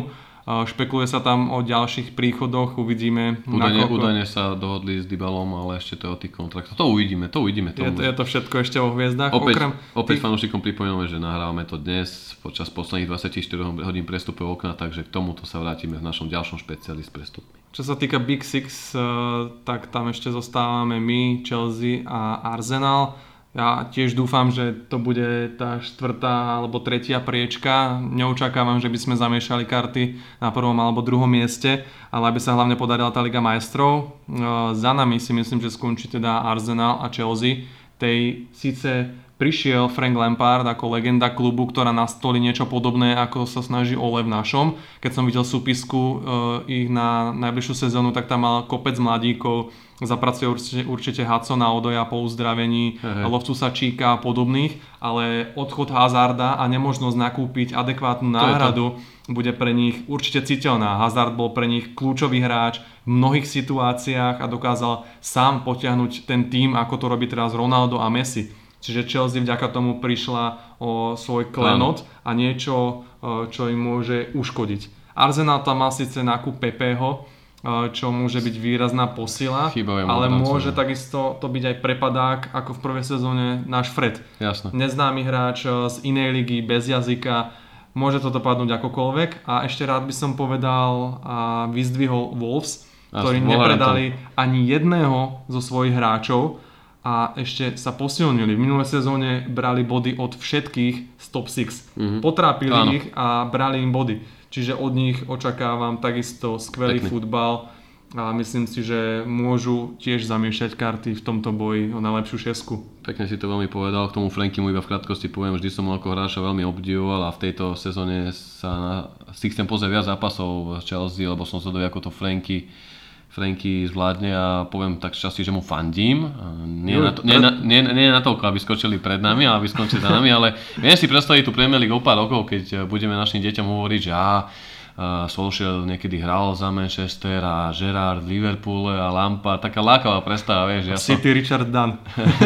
Špekuluje sa tam o ďalších príchodoch, uvidíme. Údajne, údajne sa dohodli s Dybalom, ale ešte to je o tých kontraktoch. To uvidíme, to uvidíme. Je to, je to všetko ešte o hviezdách. Opäť, Okrem opäť tých... fanúšikom pripomíname, že nahrávame to dnes počas posledných dvadsaťštyri hodín prestupov okna, takže k tomuto sa vrátime v našom ďalšom špeciáli s prestupmi. Čo sa týka Big Six, tak tam ešte zostávame my, Chelsea a Arsenal. Ja tiež dúfam, že to bude tá štvrtá alebo tretia priečka. Neočakávam, že by sme zamiešali karty na prvom alebo druhom mieste, ale aby sa hlavne podarila tá Liga majstrov. Za nami si myslím, že skončí teda Arsenal a Chelsea. Tej síce prišiel Frank Lampard ako legenda klubu, ktorá nastolí niečo podobné, ako sa snaží Ole v našom. Keď som videl súpisku ich na najbližšiu sezónu, tak tam mal kopec mladíkov, zapracuje určite, určite Hudsona Odoja po uzdravení, Loftusa Cheeka a podobných, ale odchod Hazarda a nemožnosť nakúpiť adekvátnu náhradu bude pre nich určite citeľná. Hazard bol pre nich kľúčový hráč v mnohých situáciách a dokázal sám potiahnuť ten tím, ako to robí teraz Ronaldo a Messi. Čiže Chelsea vďaka tomu prišla o svoj klenot a niečo, čo im môže uškodiť. Arsenal tam mal síce nákup Pepeho, čo môže byť výrazná posila, ale môže takisto to byť aj prepadák, ako v prvej sezóne náš Fred. Jasne. Neznámy hráč z inej ligy, bez jazyka, môže to dopadnúť akokoľvek. A ešte rád by som povedal a vyzdvihol Wolves, ktorí nepredali ani jedného zo svojich hráčov a ešte sa posilnili. V minulej sezóne brali body od všetkých z top šesť. Mm-hmm. Potrápili Áno. ich a brali im body. Čiže od nich očakávam takisto skvelý Pekný. futbal a myslím si, že môžu tiež zamiešať karty v tomto boji o najlepšiu šesku. Pekne si to veľmi povedal, k tomu Frankimu iba v krátkosti poviem, vždy som ho ako hráča veľmi obdivoval a v tejto sezóne sa na, si chcem pozrieť viac zápasov z Chelsea, lebo som zvedavý, ako to Franky Franky zvládne a poviem tak časti, že mu fandím. Nie, na to, nie, na, nie, nie natoľko, aby skočili pred nami, ale aby skočili za nami, ale viem si predstaviť tú Premier League o pár rokov, keď budeme našim deťom hovoriť, že á, Solskjaer niekedy hral za Manchester a Gerrard v Liverpoole a Lampard, taká lákavá predstava, vieš. Ja City som... Richard Dunn.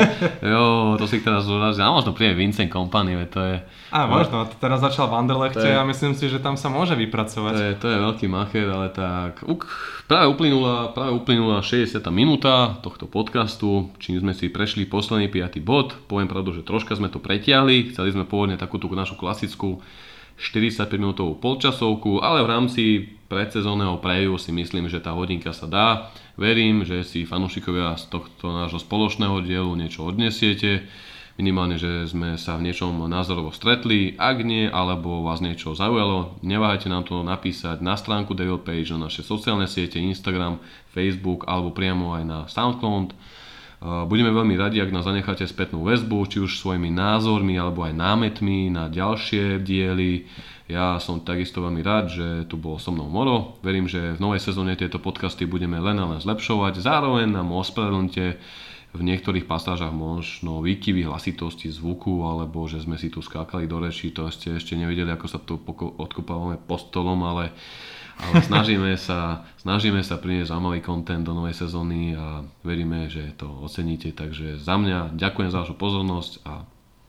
Jo, to si teraz zúrazil. A možno príde Vincent Kompany, to je... A možno, teraz začal v Anderlechte je... a myslím si, že tam sa môže vypracovať. To je, to je veľký macher, ale tak... Uk, práve uplynula, práve uplynula šesťdesiata minúta tohto podcastu, čím sme si prešli posledný piaty bod. Poviem pravdu, že troška sme to pretiahli. Chceli sme pôvodne takúto našu klasickú štyridsaťpäť minútovú polčasovku, ale v rámci predsezónneho preview si myslím, že tá hodinka sa dá. Verím, že si fanúšikovia z tohto nášho spoločného dielu niečo odnesiete. Minimálne, že sme sa v niečom názorovo stretli. Ak nie, alebo vás niečo zaujalo, neváhajte nám to napísať na stránku Devil Page, na naše sociálne siete, Instagram, Facebook alebo priamo aj na SoundCloud. Budeme veľmi radi, ak nás zanecháte spätnú väzbu, či už svojimi názormi alebo aj námetmi na ďalšie diely. Ja som takisto veľmi rád, že tu bol so mnou Moro. Verím, že v novej sezóne tieto podcasty budeme len a len zlepšovať. Zároveň nám ospravedlňte v niektorých pasážach možno výkyvy hlasitosti zvuku, alebo že sme si tu skákali do rečí, to ste ešte nevideli, ako sa tu odkopávame po stolom, ale ale snažíme sa, snažíme sa priniesť zaujímavý content do novej sezóny a veríme, že to oceníte. Takže za mňa ďakujem za vašu pozornosť a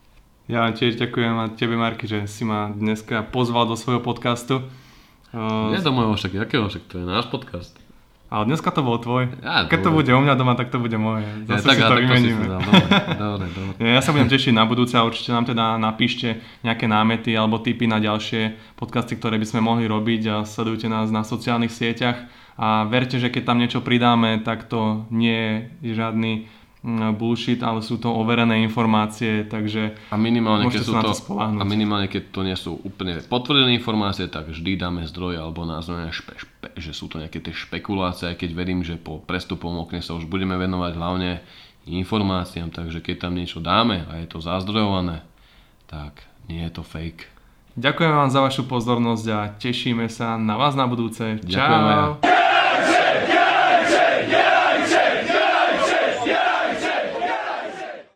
ja tiež ďakujem a tebe, Marky, že si ma dneska pozval do svojho podcastu. Nie do môjho, však jakého, však to je náš podcast. Ale dneska to bol tvoj. Ja, Keď dobre. to bude u mňa doma, tak to bude moje. Zase ja, tak, si to vymeníme. Dobre, dobre, dobre. Ja sa budem tešiť na budúce a určite nám teda napíšte nejaké námety alebo tipy na ďalšie podcasty, ktoré by sme mohli robiť a sledujte nás na sociálnych sieťach a verte, že keď tam niečo pridáme, tak to nie je žiadny bullshit, ale sú to overené informácie, takže a minimálne, keď sú sa to, na to spoľahnúť. A minimálne, keď to nie sú úplne potvrdené informácie, tak vždy dáme zdroje alebo názor, špe, špe, že sú to nejaké tie špekulácie, keď verím, že po prestupom okne sa už budeme venovať hlavne informáciám, takže keď tam niečo dáme a je to zazdrojované, tak nie je to fake. Ďakujem vám za vašu pozornosť a tešíme sa na vás na budúce. Ďakujem. Čau!